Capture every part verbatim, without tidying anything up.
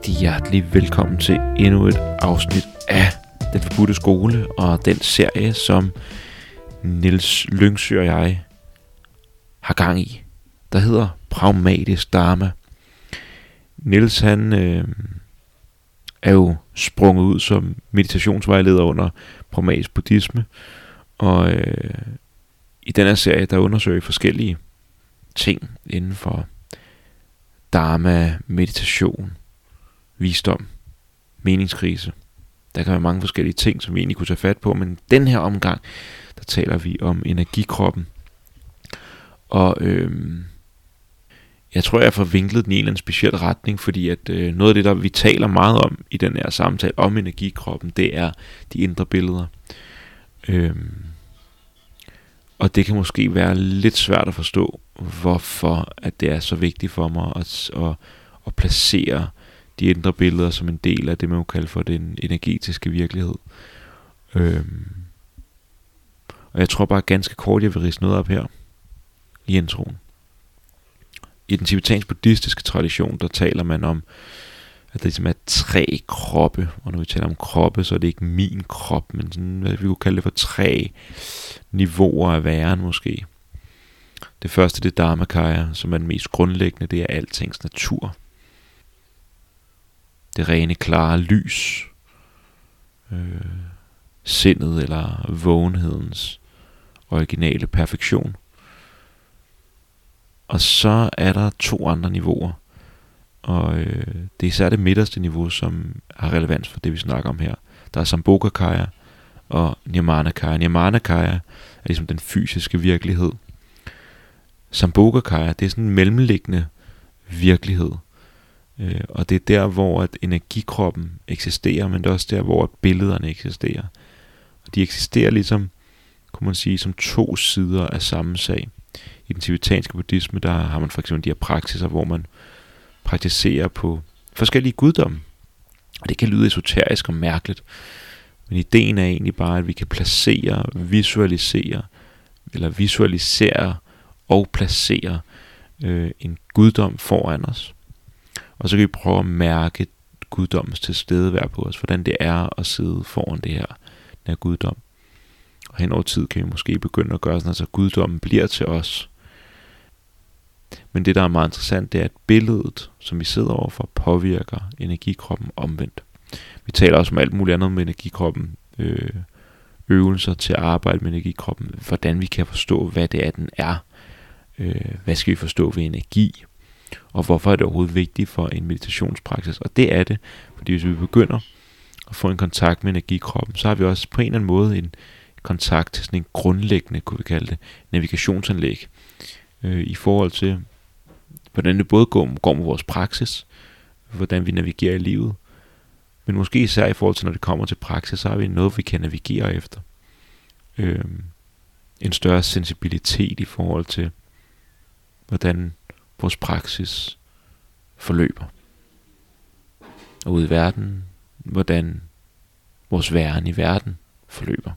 rigtig hjertelig velkommen til endnu et afsnit af Den Forbudte Skole og den serie, som Niels Lyngsø og jeg har gang i, der hedder Pragmatisk Dharma. Niels han øh, er jo sprunget ud som meditationsvejleder under pragmatisk buddhisme, og øh, i den her serie der undersøger vi forskellige ting inden for dharma, meditation, visdom, meningskrise. Der kan være mange forskellige ting, som vi egentlig kunne tage fat på, men den her omgang, der taler vi om energikroppen. Og øh, jeg tror, jeg får vinklet den i en eller anden speciel retning, fordi at øh, noget af det, der vi taler meget om i den her samtale om energikroppen, det er de indre billeder. Øh, og det kan måske være lidt svært at forstå, hvorfor at det er så vigtigt for mig at, at, at placere de indre billeder som en del af det, man kan kalde for den energetiske virkelighed. Øhm. Og jeg tror bare ganske kort, jeg vil ridse noget op her i introen. I den tibetansk-buddhistiske tradition, der taler man om, at der ligesom er tre kroppe. Og når vi taler om kroppe, så er det ikke min krop, men sådan, hvad vi kunne kalde det for tre niveauer af væren måske. Det første, det er Dharmakaya, som er den mest grundlæggende, det er altings natur. Det rene, klare lys, øh, sindet eller vågenhedens originale perfektion. Og så er der to andre niveauer, og øh, det er især det midterste niveau, som har relevans for det, vi snakker om her. Der er Sambhogakaya og Nirmanakaya. Nirmanakaya er ligesom den fysiske virkelighed. Sambhogakaya, det er sådan en mellemliggende virkelighed. Øh, og det er der, hvor at energikroppen eksisterer, men det er også der, hvor billederne eksisterer. Og de eksisterer ligesom, kunne man sige, som to sider af samme sag. I den tibetanske buddhisme, der har man for eksempel de her praksiser, hvor man praktiserer på forskellige guddomme. Og det kan lyde esoterisk og mærkeligt, men ideen er egentlig bare, at vi kan placere, visualisere, eller visualisere og placere øh, en guddom foran os. Og så kan vi prøve at mærke guddommens tilstedeværelse på os, hvordan det er at sidde foran det her, den her guddom. Og hen over tid kan vi måske begynde at gøre sådan, at så guddommen bliver til os. Men det, der er meget interessant, det er, at billedet, som vi sidder overfor, påvirker energikroppen omvendt. Vi taler også om alt muligt andet med energikroppen, øh, øvelser til at arbejde med energikroppen, hvordan vi kan forstå, hvad det er, den er. Øh, hvad skal vi forstå ved energi? Og hvorfor er det overhovedet vigtigt for en meditationspraksis? Og det er det, fordi hvis vi begynder at få en kontakt med energikroppen, så har vi også på en eller anden måde en kontakt til sådan en grundlæggende, kunne vi kalde det, navigationsanlæg. Øh, I forhold til, hvordan det både går, går med vores praksis, hvordan vi navigerer i livet, men måske især i forhold til, når det kommer til praksis, så har vi noget, vi kan navigere efter. Øh, en større sensibilitet i forhold til, hvordan vores praksis forløber. Og ude i verden, hvordan vores væren i verden forløber.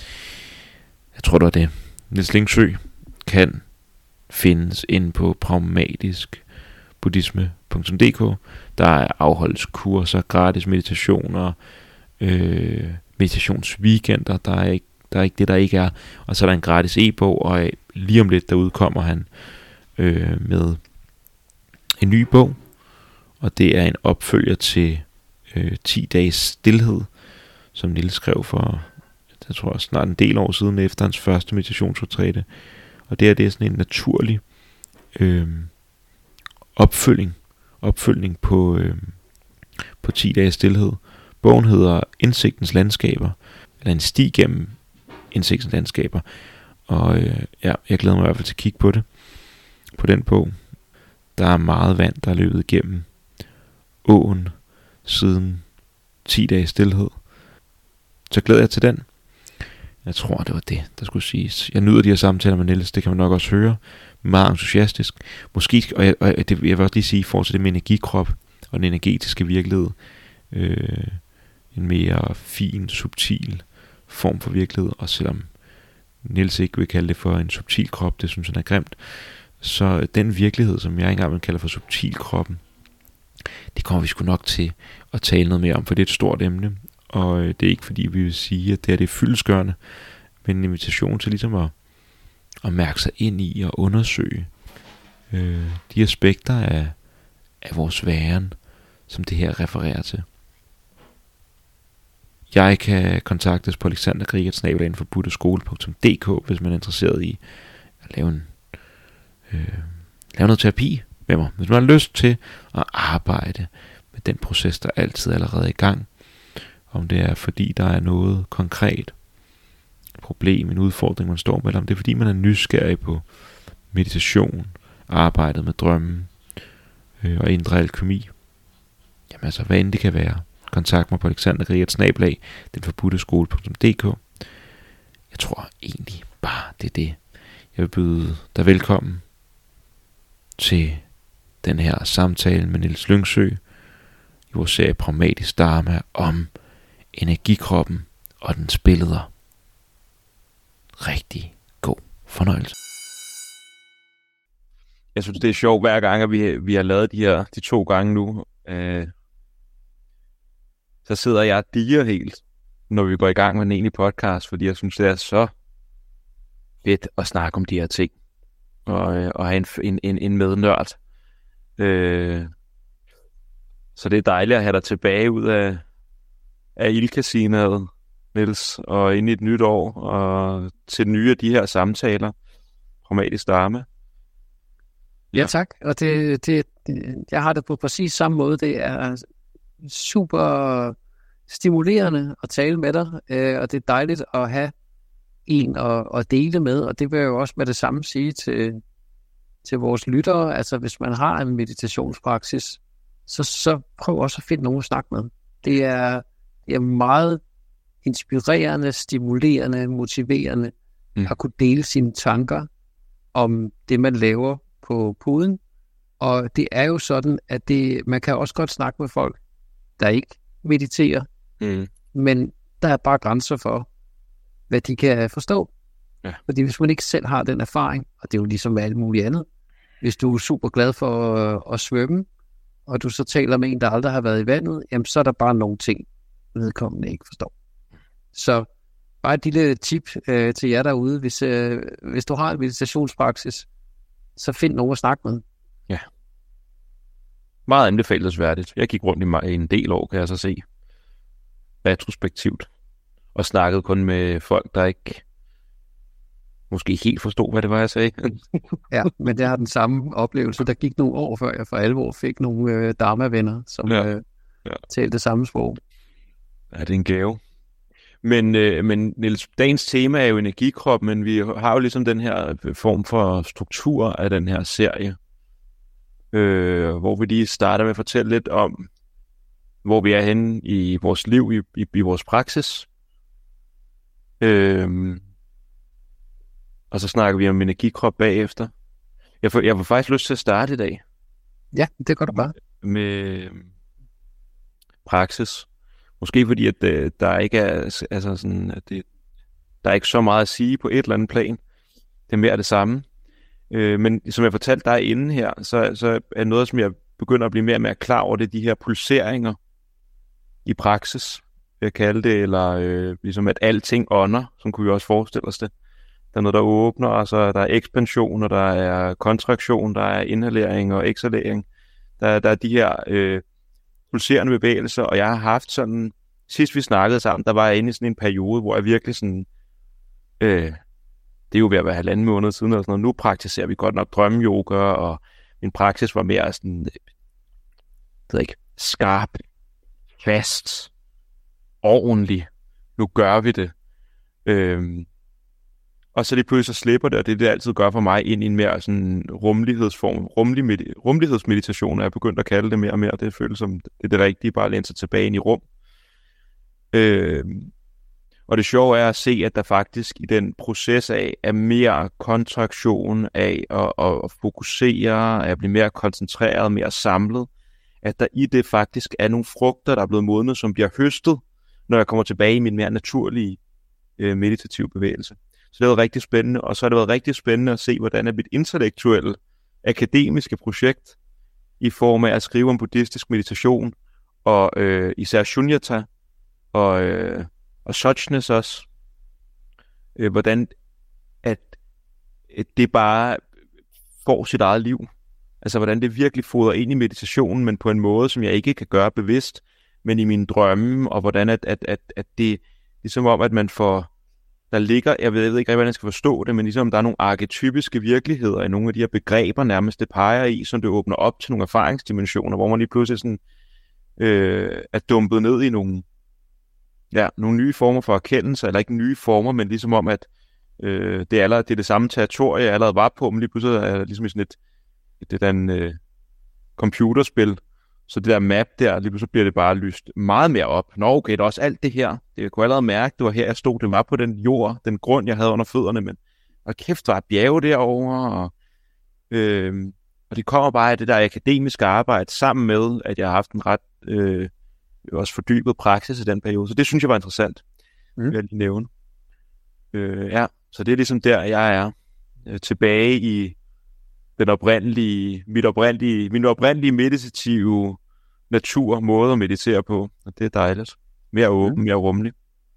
Jeg tror, det var det. Niels Lyngsø kan findes inde på pragmatisk buddhisme punktum d k. Der er afholdes kurser, gratis meditationer, øh, meditationsweekender, der er, ikke, der er ikke det, der ikke er. Og så er der en gratis e-bog, og lige om lidt derude kommer han øh, med en ny bog, og det er en opfølger til øh, ti dages stilhed, som Niels skrev for, jeg tror snart en del år siden, efter hans første meditationsretræte. Og det her, det er sådan en naturlig øh, opfølgning, opfølgning på, øh, på ti dages stilhed. Bogen hedder Indsigtens Landskaber, eller en sti gennem indsigtens landskaber. Og øh, ja, jeg glæder mig i hvert fald til at kigge på det, på den bog. Der er meget vand, der er løbet igennem åen siden ti dages stilhed. Så glæder jeg til den. Jeg tror, det var det, der skulle siges. Jeg nyder de her samtaler med Niels, det kan man nok også høre. Meget entusiastisk. Måske, og jeg, og det, jeg vil også lige sige, i forhold til det med energikrop og den energetiske virkelighed, øh, en mere fin, subtil form for virkelighed, og selvom Niels ikke vil kalde det for en subtil krop, det synes han er grimt, så den virkelighed, som jeg engang vil kalde for subtilkroppen, det kommer vi sgu nok til at tale noget mere om, for det er et stort emne, og øh, det er ikke fordi vi vil sige, at det her det er fyldestgørende, men en invitation til ligesom at, at mærke sig ind i og undersøge øh, de aspekter af, af vores væren, som det her refererer til. Jeg kan kontaktes på alexander krigert snabel-a forbuddeskole punktum d k, hvis man er interesseret i at lave, en, øh, lave noget terapi med mig. Hvis man har lyst til at arbejde med den proces, der altid er allerede i gang, om det er fordi der er noget konkret, et problem, en udfordring man står med, eller om det er fordi man er nysgerrig på meditation, arbejdet med drømmen øh, og indre alkemi. Jamen altså, hvad end det kan være, kontakt mig på alexander krigert snabel-a forbuddeskole punktum d k. Jeg tror egentlig bare, det er det. Jeg vil byde dig velkommen til den her samtale med Niels Lyngsø i vores serie Pragmatisk Dharma om energikroppen og dens billeder. Rigtig god fornøjelse. Jeg synes, det er sjovt hver gang, at vi, vi har lavet de her de to gange nu. Øh, så sidder jeg og diger helt, når vi går i gang med en egentlig podcast, fordi jeg synes, det er så fedt at snakke om de her ting. Og, øh, og have en, en, en, en mednørd. Øh, så det er dejligt at have dig tilbage ud af, af ildkasinaet, Niels, og ind i et nyt år, og til nye af de her samtaler. Pragmatisk Dharma. Ja, tak. Og det, det, det, jeg har det på præcis samme måde. Det er super stimulerende at tale med dig, øh, og det er dejligt at have en at, at dele med, og det vil jeg jo også med det samme sige til, til vores lyttere. Altså, hvis man har en meditationspraksis, så, så prøv også at finde nogen at snakke med. Det er, det er meget inspirerende, stimulerende, motiverende mm. at kunne dele sine tanker om det, man laver på puden. Og det er jo sådan, at det, man kan også godt snakke med folk, der ikke mediterer, mm. men der er bare grænser for, hvad de kan forstå. Ja. Fordi hvis man ikke selv har den erfaring, og det er jo ligesom med alt muligt andet, hvis du er super glad for at, at svømme, og du så taler med en, der aldrig har været i vandet, jamen så er der bare nogle ting, vedkommende ikke forstår. Så bare et lille tip øh, til jer derude, hvis, øh, hvis du har en meditationspraksis, så find nogen at snakke med. Ja. Meget anbefalesværdigt. Jeg gik rundt i, mig, i en del år, kan jeg så se. Retrospektivt. Og snakkede kun med folk, der ikke måske helt forstod, hvad det var, jeg sagde. Ja, men det har den samme oplevelse. Der gik nogle år, før jeg for alvor fik nogle øh, dharma-venner, som ja. Øh, ja. talte det samme sprog. Ja, det er en gave. Men, øh, men Niels, dagens tema er jo energikrop, men vi har jo ligesom den her form for struktur af den her serie, øh, hvor vi lige starter med at fortælle lidt om, hvor vi er henne i vores liv, i, i, i vores praksis. Øh, og så snakker vi om energikrop bagefter. Jeg får, jeg får faktisk lyst til at starte i dag. Ja, det gør du bare. Med praksis. Måske fordi, at øh, der ikke er, altså sådan, at det, der er ikke så meget at sige på et eller andet plan. Det er mere det samme. Øh, men som jeg fortalte dig inden her, så, så er det noget, som jeg begynder at blive mere og mere klar over, det er de her pulseringer i praksis, vil jeg kalde det, eller øh, ligesom at alting ånder, som kunne vi også forestille os det. Der er noget, der åbner, og så der er ekspansion, og der er kontraktion, der er inhalering og eksalering. Der, der er de her øh, pulserende bevægelser, og jeg har haft sådan, sidst vi snakkede sammen, der var jeg inde i sådan en periode, hvor jeg virkelig sådan, øh, det er jo ved at være halvanden måned siden, eller sådan noget. Nu praktiserer vi godt nok drømmeyoga, og min praksis var mere sådan, det ved ikke, skarp, fast, ordentlig. Nu gør vi det. Øh, Og så lige pludselig så slipper det, og det er det, det altid gør for mig, ind i en mere sådan rumlighedsform, rumlig med, rumlighedsmeditation, er jeg begyndt at kalde det mere og mere. Det føles som, det er det rigtige, bare at læne sig tilbage ind i rum. Øh, og det sjove er at se, at der faktisk i den proces af, er mere kontraktion af at, at, at fokusere, at blive mere koncentreret, mere samlet, at der i det faktisk er nogle frugter, der er blevet modnet, som bliver høstet, når jeg kommer tilbage i min mere naturlige øh, meditative bevægelse. Så det har været rigtig spændende, og så har det været rigtig spændende at se, hvordan er mit intellektuelle, akademiske projekt i form af at skrive om buddhistisk meditation, og øh, især shunyata, og, øh, og suchness også. Øh, hvordan at, at det bare får sit eget liv. Altså hvordan det virkelig fodrer ind i meditationen, men på en måde, som jeg ikke kan gøre bevidst, men i mine drømme, og hvordan at, at, at, at det, det er som om, at man får, der ligger, jeg ved, jeg ved ikke rigtig, hvordan jeg skal forstå det, men ligesom der er nogle arketypiske virkeligheder i nogle af de her begreber, nærmest det peger i, som det åbner op til nogle erfaringsdimensioner, hvor man lige pludselig sådan, øh, er dumpet ned i nogle, ja, nogle nye former for erkendelse, eller ikke nye former, men ligesom om, at øh, det, er allerede, det er det samme territorie, jeg allerede var på, men lige pludselig er ligesom i sådan et, et, et, et øh, computerspil. Så det der map der, lige så bliver det bare lyst meget mere op. Nå okay, det er også alt det her. Det kunne jeg allerede mærke, det var her, jeg stod. Det var på den jord, den grund, jeg havde under fødderne. Men og kæft, der er bjerge derovre. Og, øh, og det kommer bare af det der akademiske arbejde, sammen med, at jeg har haft en ret øh, også fordybet praksis i den periode. Så det synes jeg var interessant, mm. vil jeg lige nævne. Øh, ja, så det er ligesom der, jeg er øh, tilbage i den oprindelige, mit oprindelige, min oprindelige meditative natur, måde at meditere på. Og det er dejligt. Mere åben, mere rummelig.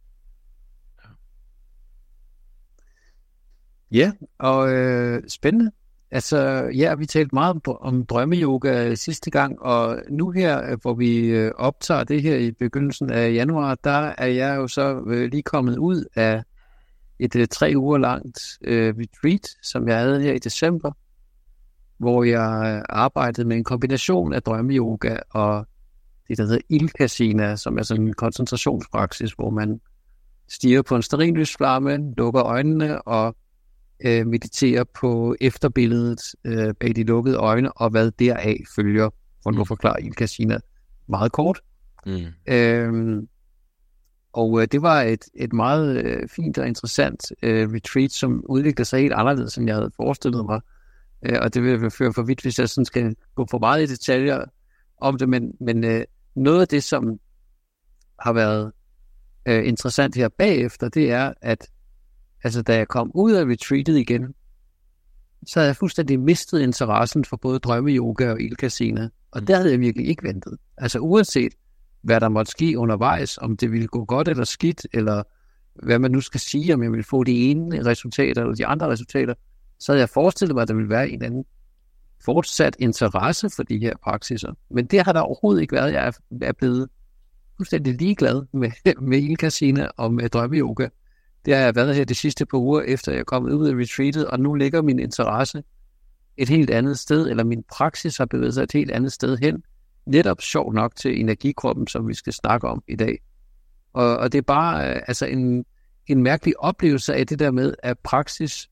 Ja, og øh, spændende. Altså, ja, vi talte meget om, om drømmeyoga sidste gang, og nu her, hvor vi optager det her i begyndelsen af januar, der er jeg jo så øh, lige kommet ud af et øh, tre uger langt øh, retreat, som jeg havde her i december, hvor jeg arbejdede med en kombination af drømmeyoga og det, der hedder ilkasina, som er sådan en koncentrationspraksis, hvor man stirrer på en stearinlysflamme, lukker øjnene og øh, mediterer på efterbilledet øh, bag de lukkede øjne, og hvad deraf følger, for nu forklarer ilkasina meget kort. Mm. Øhm, og øh, det var et, et meget øh, fint og interessant øh, retreat, som udviklede sig helt anderledes, end jeg havde forestillet mig. Og det vil føre for vidt, hvis jeg sådan skal gå for meget i detaljer om det, men, men øh, noget af det, som har været øh, interessant her bagefter, det er, at altså, da jeg kom ud af retreatet igen, så havde jeg fuldstændig mistet interessen for både drømmeyoga og ilkasina, og der havde jeg virkelig ikke ventet. Altså uanset hvad der måtte ske undervejs, om det ville gå godt eller skidt, eller hvad man nu skal sige, om jeg ville få de ene resultater eller de andre resultater, så havde jeg forestillet mig, at der ville være en anden fortsat interesse for de her praksiser. Men det har der overhovedet ikke været. Jeg er blevet fuldstændig ligeglad med, med ilkasina og med drømmeyoga. Det har jeg været her de sidste par uger, efter jeg er kommet ud af retreatet, og nu ligger min interesse et helt andet sted, eller min praksis har bevæget sig et helt andet sted hen. Netop sjovt nok til energikroppen, som vi skal snakke om i dag. Og, og det er bare altså en, en mærkelig oplevelse af det der med, at praksis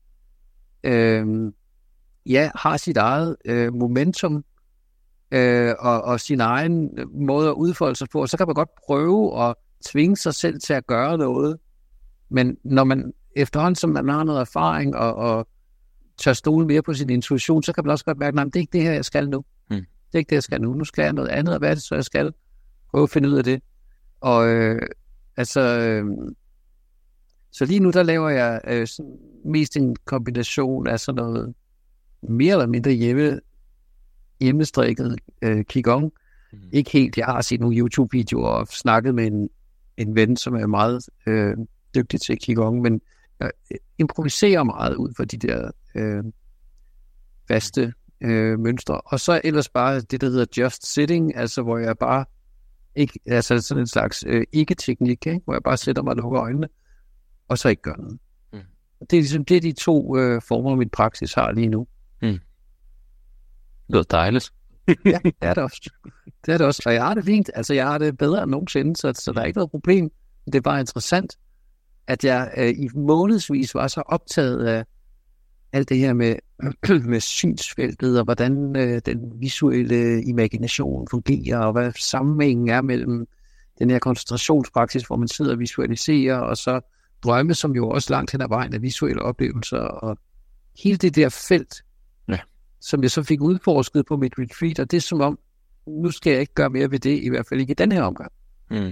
Øh, ja, har sit eget øh, momentum øh, og, og sin egen måde at udfolde sig på, og så kan man godt prøve at tvinge sig selv til at gøre noget, men når man efterhånden, som man har noget erfaring og, og tør stole mere på sin intuition, så kan man også godt mærke, at det er ikke det her, jeg skal nu. Hmm. Det er ikke det, jeg skal nu. Nu skal jeg noget andet, og hvad er det så, jeg skal? Prøve at finde ud af det. Og øh, altså... Øh, Så lige nu, der laver jeg øh, mest en kombination af sådan noget mere eller mindre hjemme, hjemmestrikket øh, Qigong. Mm. Ikke helt, jeg har set nogle YouTube-videoer og snakket med en, en ven, som er meget øh, dygtig til Qigong, men jeg improviserer meget ud for de der øh, faste øh, mønstre. Og så ellers bare det, der hedder just sitting, altså hvor jeg bare ikke, altså sådan en slags øh, ikke-teknik, ikke? Hvor jeg bare sætter mig og lukker øjnene, og så ikke gør noget. Mm. Det er ligesom det er de to øh, former, min praksis har lige nu. Mm. Det lyder dejligt. Ja, det er det også. Det er det også. Og jeg har det fint. Altså, jeg har det bedre end nogensinde, så, så der er ikke noget problem. Det er bare interessant, at jeg øh, i månedsvis var så optaget af alt det her med, med synsfeltet, og hvordan øh, den visuelle imagination fungerer, og hvad sammenhængen er mellem den her koncentrationspraksis, hvor man sidder og visualiserer, og så drømme, som jo også langt hen ad vejen af visuelle oplevelser, og hele det der felt, ja, som jeg så fik udforsket på mit retreat, og det er som om, nu skal jeg ikke gøre mere ved det, i hvert fald ikke i den her omgang. Mm.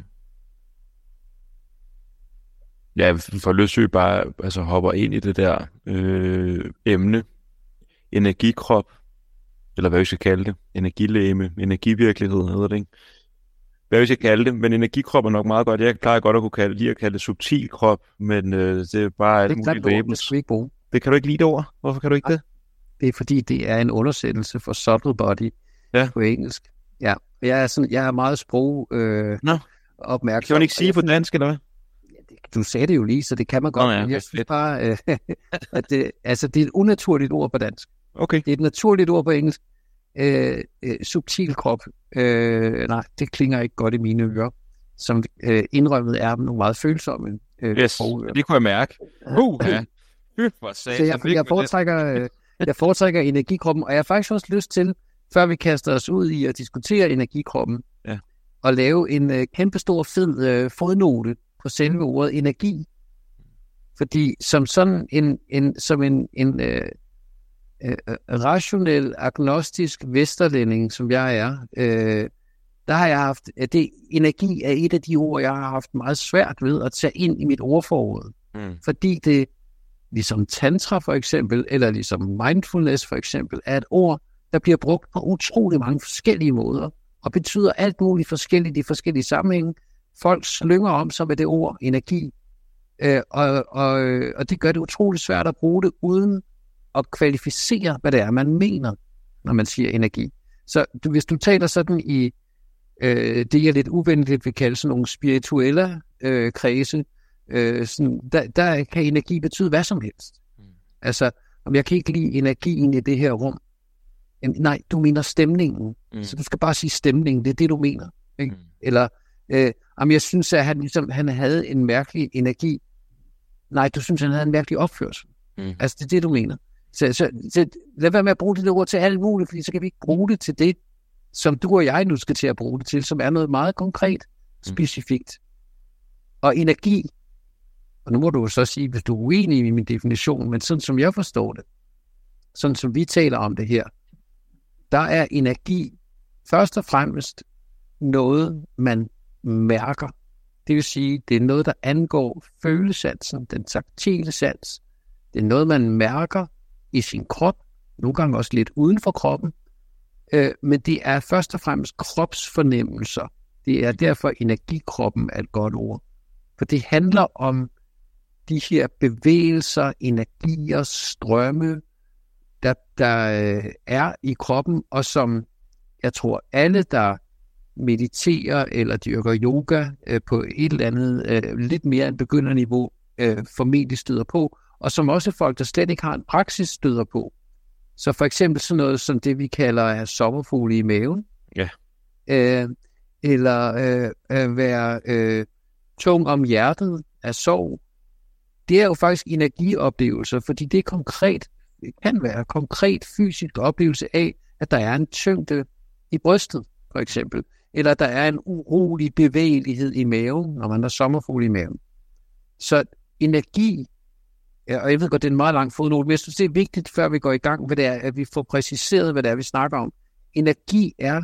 Ja, for løsøg bare altså, hopper ind i det der øh, emne, energikrop, eller hvad vi skal kalde det, energilæme, energivirkelighed, hedder det ikke? Hvad vi skal kalde det, men energikrop er nok meget godt. Jeg plejer godt at kunne kalde, lige at kalde det subtil krop, men øh, det er bare alt muligt labels. Det skal vi ikke bruge. Det kan du ikke lide det ord? Hvorfor kan du ikke det? Det er fordi, det er en undersættelse for subtle body ja. på engelsk. Ja, jeg er, sådan, jeg er meget sprog øh, Nå. opmærksom. Kan man ikke sige på dansk, eller hvad? Du sagde det jo lige, så det kan man godt. Nå, ja, jeg synes bare, øh, at det, altså, det er et unaturligt ord på dansk. Okay. Det er et naturligt ord på engelsk. Øh, øh, subtil krop. Øh, nej, det klinger ikke godt i mine ører. Som øh, indrømmet er nogle meget følsomme øh, yes, sprogører. Det kunne jeg mærke. Uh, ja. For så jeg, jeg, foretrækker, øh, jeg foretrækker energikroppen, og jeg har faktisk også lyst til, før vi kaster os ud i at diskutere energikroppen, ja. at lave en øh, kæmpestor fed øh, fodnote på selve ordet energi. Fordi som sådan en, en, som en, en øh, øh, rationel, agnostisk vesterlænding, som jeg er, øh, der har jeg haft, at det energi er et af de ord, jeg har haft meget svært ved at tage ind i mit ordforråd. Mm. Fordi det, ligesom tantra for eksempel, eller ligesom mindfulness for eksempel, er et ord, der bliver brugt på utrolig mange forskellige måder, og betyder alt muligt forskelligt i forskellige sammenhænge. Folk slynger om sig med det ord, energi, øh, og, og, og det gør det utroligt svært at bruge det, uden at kvalificere, hvad det er, man mener, når man siger energi. Så du, hvis du taler sådan i øh, det, jeg lidt uvenligt vil kalde sådan nogle spirituelle øh, kredse, øh, sådan, der, der kan energi betyde hvad som helst. Mm. Altså, om jeg kan ikke lide energien i det her rum. Jamen, nej, du mener stemningen. Mm. Så du skal bare sige stemningen, det er det, du mener. Ikke? Mm. Eller, øh, om jeg synes, at han, ligesom, han havde en mærkelig energi. Nej, du synes, han havde en mærkelig opførsel. Mm. Altså, det er det, du mener. Så, så, så lad være med at bruge det ord til alt muligt, fordi så kan vi ikke bruge det til det, som du og jeg nu skal til at bruge det til, som er noget meget konkret, specifikt. Mm. Og energi, og nu må du jo så sige, hvis du er uenig i min definition, men sådan som jeg forstår det, sådan som vi taler om det her, der er energi først og fremmest noget, man mærker. Det vil sige, det er noget, der angår følesansen, den taktile sans. Det er noget, man mærker i sin krop, nogle gange også lidt uden for kroppen, øh, men det er først og fremmest kropsfornemmelser. Det er derfor energikroppen er et godt ord. For det handler om de her bevægelser, energier, strømme, der, der øh, er i kroppen, og som jeg tror alle, der mediterer eller dyrker yoga øh, på et eller andet øh, lidt mere end begynderniveau, øh, formentlig støder på, og som også folk, der slet ikke har en praksis, støder på. Så for eksempel sådan noget som det, vi kalder sommerfugle i maven, ja. øh, eller øh, øh, være øh, tung om hjertet af sorg. Det er jo faktisk energioplevelser, fordi det er konkret, det kan være konkret fysisk oplevelse af, at der er en tyngde i brystet, for eksempel. Eller der er en urolig bevægelighed i maven, når man har sommerfugle i maven. Så energi, ja, og jeg ved godt, det er en meget lang fodnote, men jeg synes, det er vigtigt, før vi går i gang, hvad det er, at vi får præciseret, hvad det er, vi snakker om. Energi er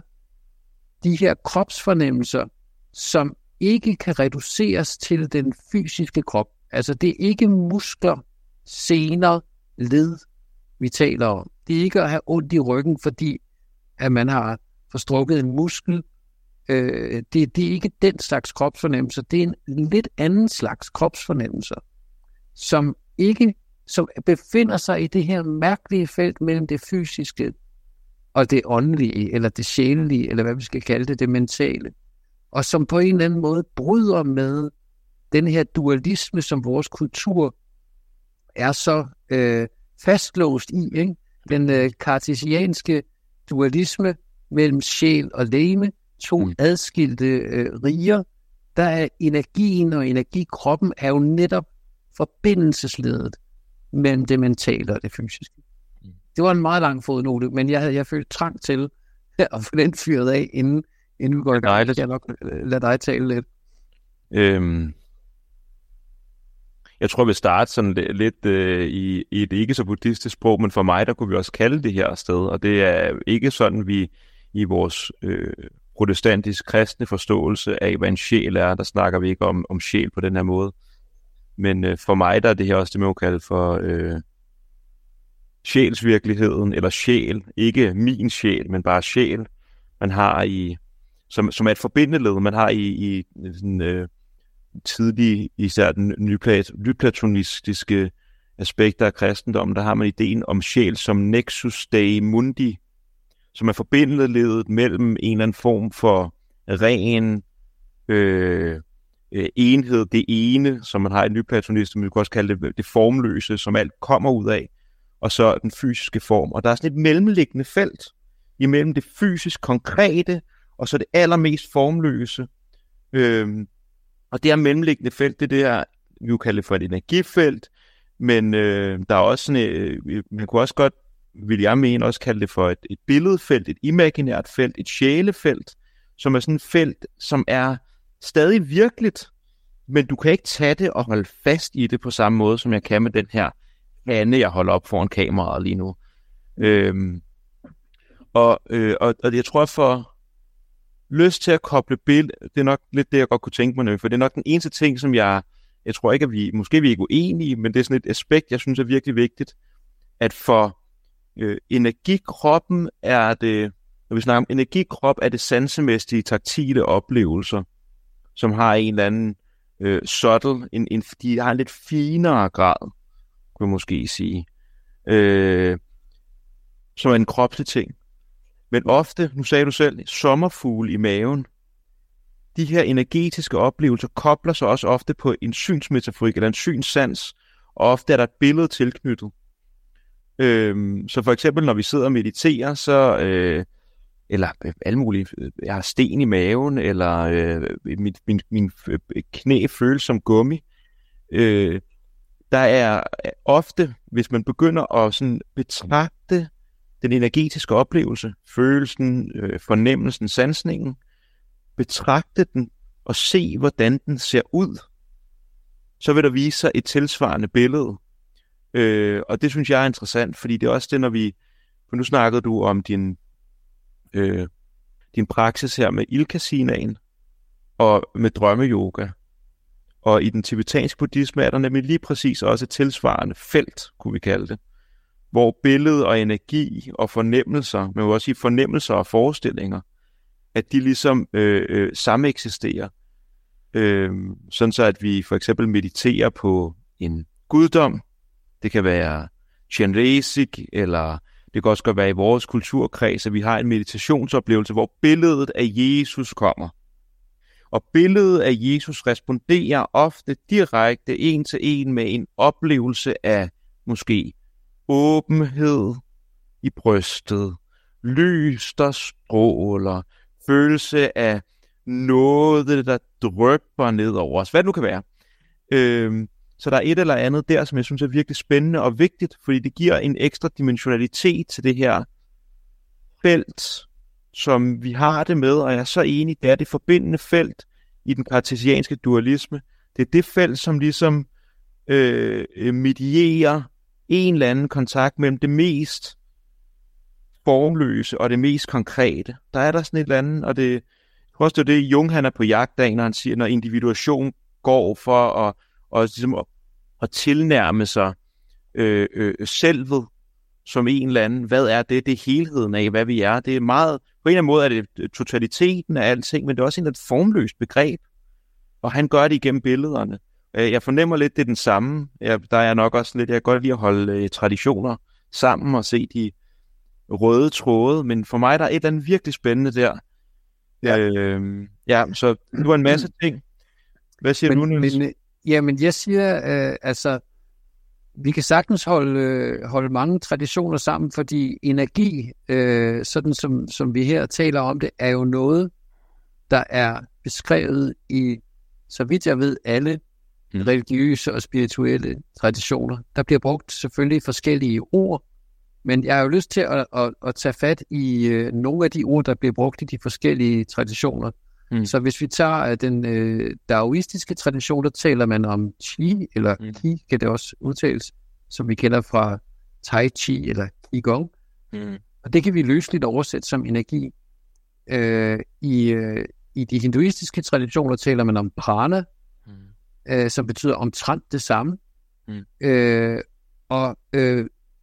de her kropsfornemmelser, som ikke kan reduceres til den fysiske krop. Altså, det er ikke muskler, sener, led, vi taler om. Det er ikke at have ondt i ryggen, fordi at man har forstrukket en muskel. Øh, det, det er ikke den slags kropsfornemmelser. Det er en lidt anden slags kropsfornemmelser, som ikke som befinder sig i det her mærkelige felt mellem det fysiske og det åndelige, eller det sjælelige, eller hvad vi skal kalde det, det mentale. Og som på en eller anden måde bryder med den her dualisme, som vores kultur er så øh, fastlåst i, ikke? Den øh, kartesianske dualisme mellem sjæl og legeme, to mm. adskilte øh, riger, der er energien og energikroppen er jo netop forbindelsesledet mellem det mentale og det fysiske. Mm. Det var en meget lang fodnote, men jeg havde jeg følt trang til at få den fyret af, inden, inden vi går i gang. Jeg skal nok lade dig tale lidt. Øhm. Jeg tror, vi starter sådan lidt, lidt øh, i, i et ikke så buddhistisk sprog, men for mig, der kunne vi også kalde det her sted, og det er ikke sådan, vi i vores øh, protestantisk kristne forståelse af, hvad en sjæl er, der snakker vi ikke om, om sjæl på den her måde. Men øh, for mig, der er det her også det, man kan kalde for øh, sjælsvirkeligheden, eller sjæl, ikke min sjæl, men bare sjæl, man har i, som, som er et forbindeled, man har i, i sådan, øh, tidlig, især den nyplatonistiske aspekter af kristendommen, der har man ideen om sjæl som nexus dei mundi, som er forbindeledet mellem en eller anden form for ren øh, øh, enhed, det ene, som man har i nyplatonismen, man kan også kalde det det formløse, som alt kommer ud af, og så den fysiske form. Og der er sådan et mellemliggende felt imellem det fysisk konkrete, og så det allermest formløse. Øhm, og det her mellemliggende felt, det er det her, vi jo kalder det for et energifelt, men øh, der er også sådan, øh, man kunne også godt, vil jeg mene, også kalde det for et, et billedfelt, et imaginært felt, et sjælefelt, som er sådan et felt, som er stadig virkeligt, men du kan ikke tage det og holde fast i det på samme måde, som jeg kan med den her hande, jeg holder op foran kameraet lige nu. Øhm, og, øh, og, og jeg tror, for lyst til at koble billeder, det er nok lidt det, jeg godt kunne tænke mig, for det er nok den eneste ting, som jeg, jeg tror ikke, at vi, måske vi er ikke uenige, men det er sådan et aspekt, jeg synes er virkelig vigtigt, at for øh, energikroppen er det, når vi snakker om energikrop, er det sansemæssige, taktile oplevelser, som har en eller anden øh, subtle, en, en, de har en lidt finere grad, kunne jeg måske sige, øh, som er en kropslig ting. Men ofte, nu sagde du selv, sommerfugle i maven, de her energetiske oplevelser kobler sig også ofte på en synsmetaforik eller en synssans, og ofte er der et billede tilknyttet. Øhm, så for eksempel, når vi sidder og mediterer, så, øh, eller øh, alle mulige, øh, jeg har sten i maven, eller øh, min, min, min knæ føles som gummi. Øh, der er ofte, hvis man begynder at sådan betragte den energetiske oplevelse, følelsen, øh, fornemmelsen, sansningen, betragte den og se, hvordan den ser ud, så vil der vise sig et tilsvarende billede. Øh, og det synes jeg er interessant, fordi det er også det, når vi, for nu snakkede du om din, øh, din praksis her med ilkasinaen og med drømmeyoga. Og i den tibetanske buddhisme er der nemlig lige præcis også et tilsvarende felt, kunne vi kalde det, hvor billede og energi og fornemmelser, men også i fornemmelser og forestillinger, at de ligesom øh, øh, sameksisterer. Øh, sådan så, at vi for eksempel mediterer på en guddom. Det kan være Chenrezig, eller det kan også godt være i vores kulturkreds, at vi har en meditationsoplevelse, hvor billedet af Jesus kommer. Og billedet af Jesus responderer ofte direkte en til en med en oplevelse af måske åbenhed i brystet, lys, der stråler, følelse af noget, der drypper ned over os, hvad det nu kan være. Øhm, så der er et eller andet der, som jeg synes er virkelig spændende og vigtigt, fordi det giver en ekstra dimensionalitet til det her felt, som vi har det med, og jeg er så enig, det er det forbindende felt i den kartesianske dualisme. Det er det felt, som ligesom øh, medierer en eller anden kontakt mellem det mest formløse og det mest konkrete. Der er der sådan et eller andet, og det, jeg tror også, det er det, Jung han er på jagt af, når han siger, når individuation går for at, og ligesom at, at tilnærme sig øh, øh, selvet som en eller anden. Hvad er det? Det er helheden af, hvad vi er. Det er meget, på en eller anden måde er det totaliteten af alting, men det er også en et formløst begreb. Og han gør det igennem billederne. Jeg fornemmer lidt, det er den samme. Jeg, der er nok også lidt, jeg kan godt lide at holde øh, traditioner sammen og se de røde tråde, men for mig der er et eller andet virkelig spændende der. Ja, øh, ja så nu er en masse ting. Hvad siger men, du, Niels? Men, jamen, jeg siger, øh, altså, vi kan sagtens holde, øh, holde mange traditioner sammen, fordi energi, øh, sådan som, som vi her taler om det, er jo noget, der er beskrevet i, så vidt jeg ved, alle mm. religiøse og spirituelle traditioner. Der bliver brugt selvfølgelig forskellige ord, men jeg har jo lyst til at, at, at tage fat i øh, nogle af de ord, der bliver brugt i de forskellige traditioner. Mm. Så hvis vi tager den øh, daoistiske tradition, der taler man om Qi, eller mm. Qi kan det også udtales, som vi kender fra Tai Chi eller Qigong. Mm. Og det kan vi løseligt oversætte som energi. Øh, i, øh, I de hinduistiske traditioner taler man om prana, mm. øh, som betyder omtrent det samme. Mm. Øh, og øh,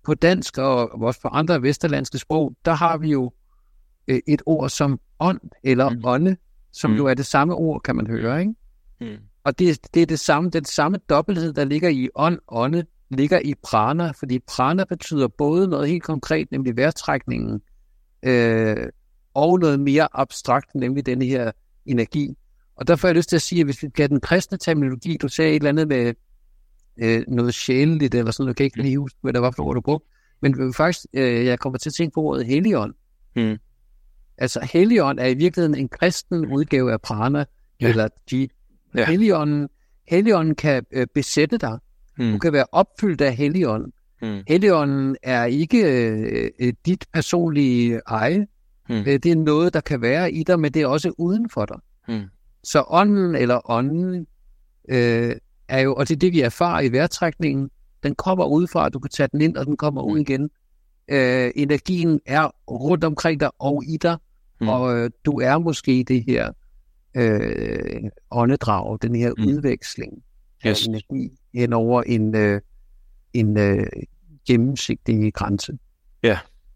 på dansk og også på andre vesterlandske sprog, der har vi jo øh, et ord som ånd eller mm. ånde, som mm. jo er det samme ord, kan man høre, ikke? Mm. Og det, det er det samme, den samme dobbelthed, der ligger i ånd, ånde, ligger i prana, fordi prana betyder både noget helt konkret, nemlig vejrtrækningen, øh, og noget mere abstrakt, nemlig denne her energi. Og derfor har jeg lyst til at sige, at hvis vi kan den kristne terminologi, du sagde et eller andet med øh, noget sjæleligt, eller sådan noget, jeg kan ikke lige huske, hvad der var for ord, du brugte, men faktisk, øh, jeg kommer til at tænke på ordet helligånd. Mm. Altså, helligånd er i virkeligheden en kristen udgave af prana, ja. eller de. Ja. Helligånden, helligånden kan øh, besætte dig. Mm. Du kan være opfyldt af helligånden. Mm. Helligånden er ikke øh, dit personlige eje. Mm. Øh, det er noget, der kan være i dig, men det er også uden for dig. Mm. Så ånden eller ånden øh, er jo, og det er det, vi erfarer i vejrtrækningen, den kommer udefra, du kan tage den ind, og den kommer mm. ud igen. Øh, energien er rundt omkring dig og i dig, mm. og øh, du er måske det her øh, åndedrag, den her mm. udveksling af yes. energi hen over en, øh, en øh, gennemsigtig grænse. Ja.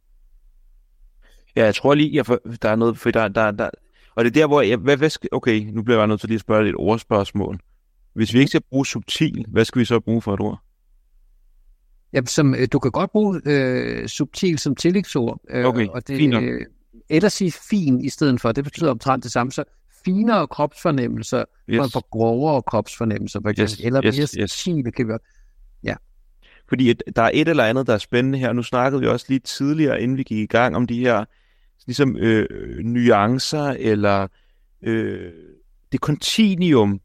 Ja, jeg tror lige, jeg for, der er noget, for der, der, der, og det er der, hvor jeg, hvad, hvad skal, okay, nu bliver jeg nødt til lige at spørge lidt ordspørgsmål. Hvis vi ikke skal bruge subtil, hvad skal vi så bruge for et ord? Ja, som, du kan godt bruge øh, subtil som tillægsord. Øh, okay, og det, fint. Øh, eller sige fin i stedet for. Det betyder omtrent det samme. Så finere kropsfornemmelser, yes. for, for grovere kropsfornemmelser, for eksempel. Yes, eller mere yes, yes. subtile kan vi godt. Ja. Fordi et, der er et eller andet, der er spændende her. Nu snakkede vi også lige tidligere, inden vi gik i gang, om de her ligesom øh, nuancer, eller øh, det kontinuum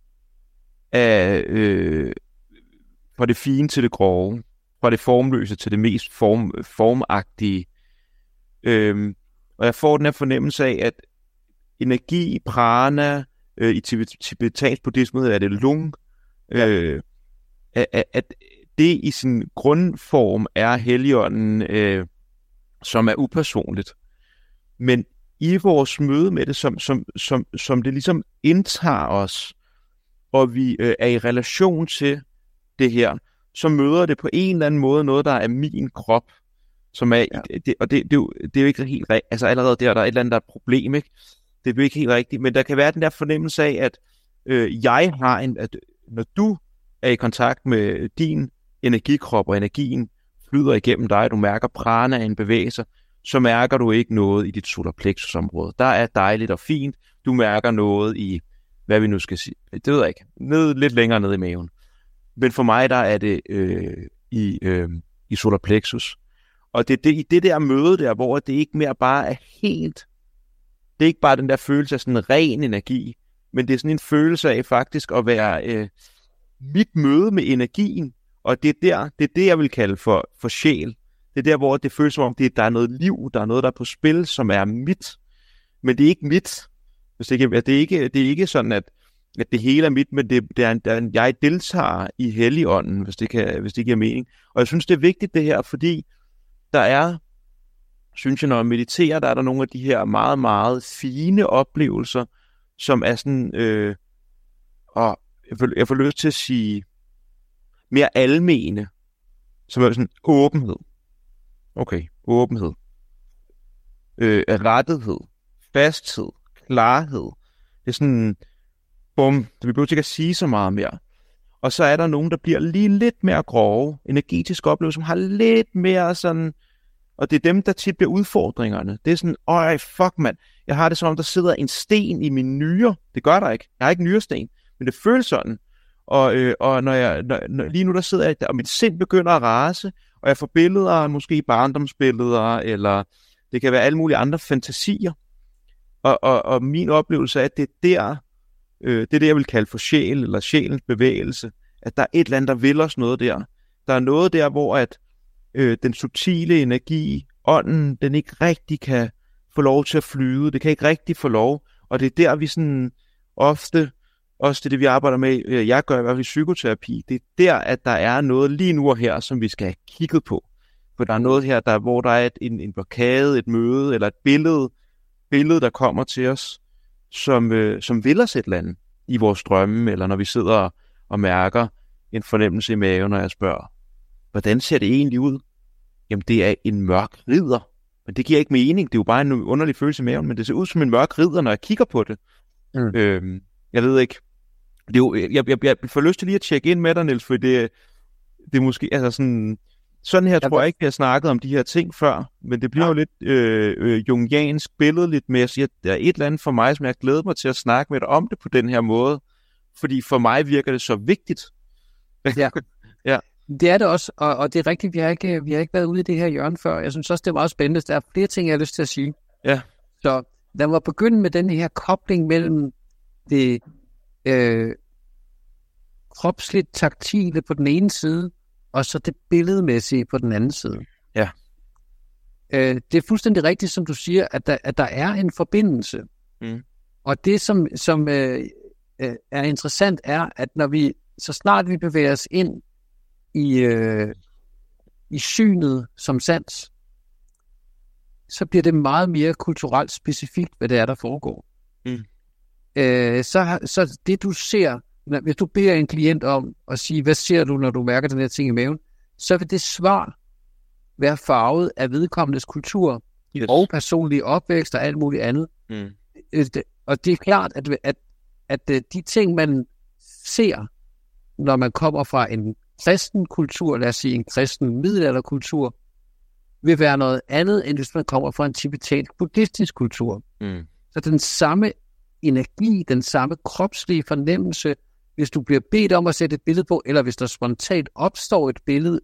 af øh, fra det fine til det grove, fra det formløse til det mest form, formagtige. Øhm, og jeg får den her fornemmelse af, at energi, prana, øh, i tibetansk buddhisme er det lung, øh, at, at det i sin grundform er helligånden, øh, som er upersonligt. Men i vores møde med det, som, som, som, som det ligesom indtager os, og vi øh, er i relation til det her, så møder det på en eller anden måde noget, der er min krop, som er, ja. det, og det, det, er jo, det er jo ikke helt rigtigt, altså allerede der, der er et eller andet, der er et problem, ikke? Det er jo ikke helt rigtigt, men der kan være den der fornemmelse af, at øh, jeg har en, at når du er i kontakt med din energikrop, og energien flyder igennem dig, du mærker pranaen bevæge sig, så mærker du ikke noget i dit solar plexus-område. Der er dejligt og fint, du mærker noget i, hvad vi nu skal sige, det ved jeg ikke, ned, lidt længere ned i maven. Men for mig, der er det øh, i, øh, i solar plexus. Og det er det, i det der møde der, hvor det ikke mere bare er helt, det er ikke bare den der følelse af sådan en ren energi, men det er sådan en følelse af faktisk at være øh, mit møde med energien. Og det er der, det er det, jeg vil kalde for, for sjæl. Det er der, hvor det føles som om, det, der er noget liv, der er noget, der er på spil, som er mit. Men det er ikke mit. Hvis det, ikke, det, er ikke, det er ikke sådan, at at det hele er mit, men det, det er, en, der er en, jeg deltager i Helligånden, hvis det, kan, hvis det giver mening. Og jeg synes, det er vigtigt det her, fordi der er, synes jeg, når jeg mediterer, der er der nogle af de her meget, meget fine oplevelser, som er sådan, øh, og jeg får, jeg får lyst til at sige, mere almene, som er sådan åbenhed. Okay, åbenhed. Øh, rettethed, fasthed, klarhed. Det er sådan, bum, vi behøver ikke at sige så meget mere. Og så er der nogen, der bliver lige lidt mere grove, energetiske oplevelser, som har lidt mere sådan, og det er dem, der tit bliver udfordringerne. Det er sådan, øj, fuck mand, jeg har det som om, der sidder en sten i min nyre. Det gør der ikke. Jeg har ikke nyresten, men det føles sådan. Og, øh, og når jeg, når, når, lige nu der sidder jeg der, og mit sind begynder at rase, og jeg får billeder, måske barndomsbilleder, eller det kan være alle mulige andre fantasier. Og, og, og min oplevelse er, at det er der, øh, det er det, jeg vil kalde for sjæl, eller sjælens bevægelse, at der er et eller andet, der vil os noget der. Der er noget der, hvor at øh, den subtile energi, ånden, den ikke rigtig kan få lov til at flyde, det kan ikke rigtig få lov, og det er der, vi sådan ofte, også det, det vi arbejder med, jeg gør i hvert fald i psykoterapi, det er der, at der er noget lige nu og her, som vi skal have kigget på. For der er noget her, der, hvor der er et, en, en blokade, et møde, eller et billede, billede der kommer til os, som, øh, som vil os et eller andet i vores drømme, eller når vi sidder og, og mærker en fornemmelse i maven, når jeg spørger, hvordan ser det egentlig ud? jamen det er en mørk ridder. Men det giver ikke mening, det er jo bare en underlig følelse i maven, men det ser ud som en mørk ridder, når jeg kigger på det. Mm. Øhm, jeg ved ikke, det er jo, jeg, jeg, jeg får lyst til lige at tjekke ind med dig, Niels, for det, det er måske, altså sådan, sådan her tror jeg ikke, vi har snakket om de her ting før, men det bliver ja. jo lidt øh, øh, jungiansk billedligt med at sige, at der er et eller andet for mig, som jeg glæder mig til at snakke med dig om det på den her måde, fordi for mig virker det så vigtigt. Ja. ja. Det er det også, og, og det er rigtigt, vi har, ikke, vi har ikke været ude i det her hjørne før. Jeg synes også, det er meget spændende. Der er flere ting, jeg har lyst til at sige. Ja. Så der var begyndt med den her kobling mellem det øh, kropsligt taktile på den ene side, og så det billedmæssige på den anden side. Ja. Øh, det er fuldstændig rigtigt, som du siger, at der, at der er en forbindelse. Mm. Og det, som, som øh, øh, er interessant, er, at når vi, så snart vi bevæger os ind i, øh, i synet som sans, så bliver det meget mere kulturelt specifikt, hvad det er, der foregår. Mm. Øh, så, så det, du ser, når, hvis du beder en klient om at sige, hvad ser du, når du mærker den her ting i maven, så vil det svar være farvet af vedkommendes kultur, yes. og personlige opvækst og alt muligt andet. Mm. Og det er klart, at, at, at de ting, man ser, når man kommer fra en kristen kultur, lad os sige en kristen middelalderkultur, vil være noget andet, end hvis man kommer fra en tibetansk buddhistisk kultur. Mm. Så den samme energi, den samme kropslige fornemmelse, hvis du bliver bedt om at sætte et billede på, eller hvis der spontant opstår et billede,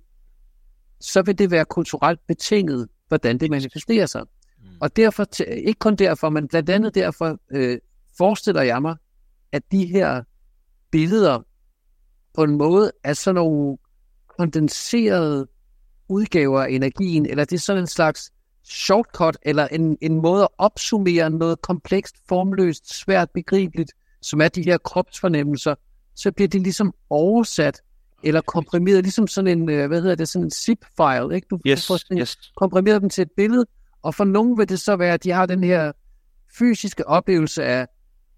så vil det være kulturelt betinget, hvordan det manifesterer sig. Mm. Og derfor, ikke kun derfor, men blandt andet derfor, øh, forestiller jeg mig, at de her billeder på en måde er sådan nogle kondenserede udgaver af energien, eller det er sådan en slags shortcut, eller en, en måde at opsummere noget komplekst, formløst, svært begribeligt, som er de her kropsfornemmelser, så bliver det ligesom oversat, eller komprimeret, ligesom sådan en, hvad hedder det, sådan en zip-file, ikke? Du yes, får sådan yes. komprimeret dem til et billede, og for nogen vil det så være, at de har den her fysiske oplevelse af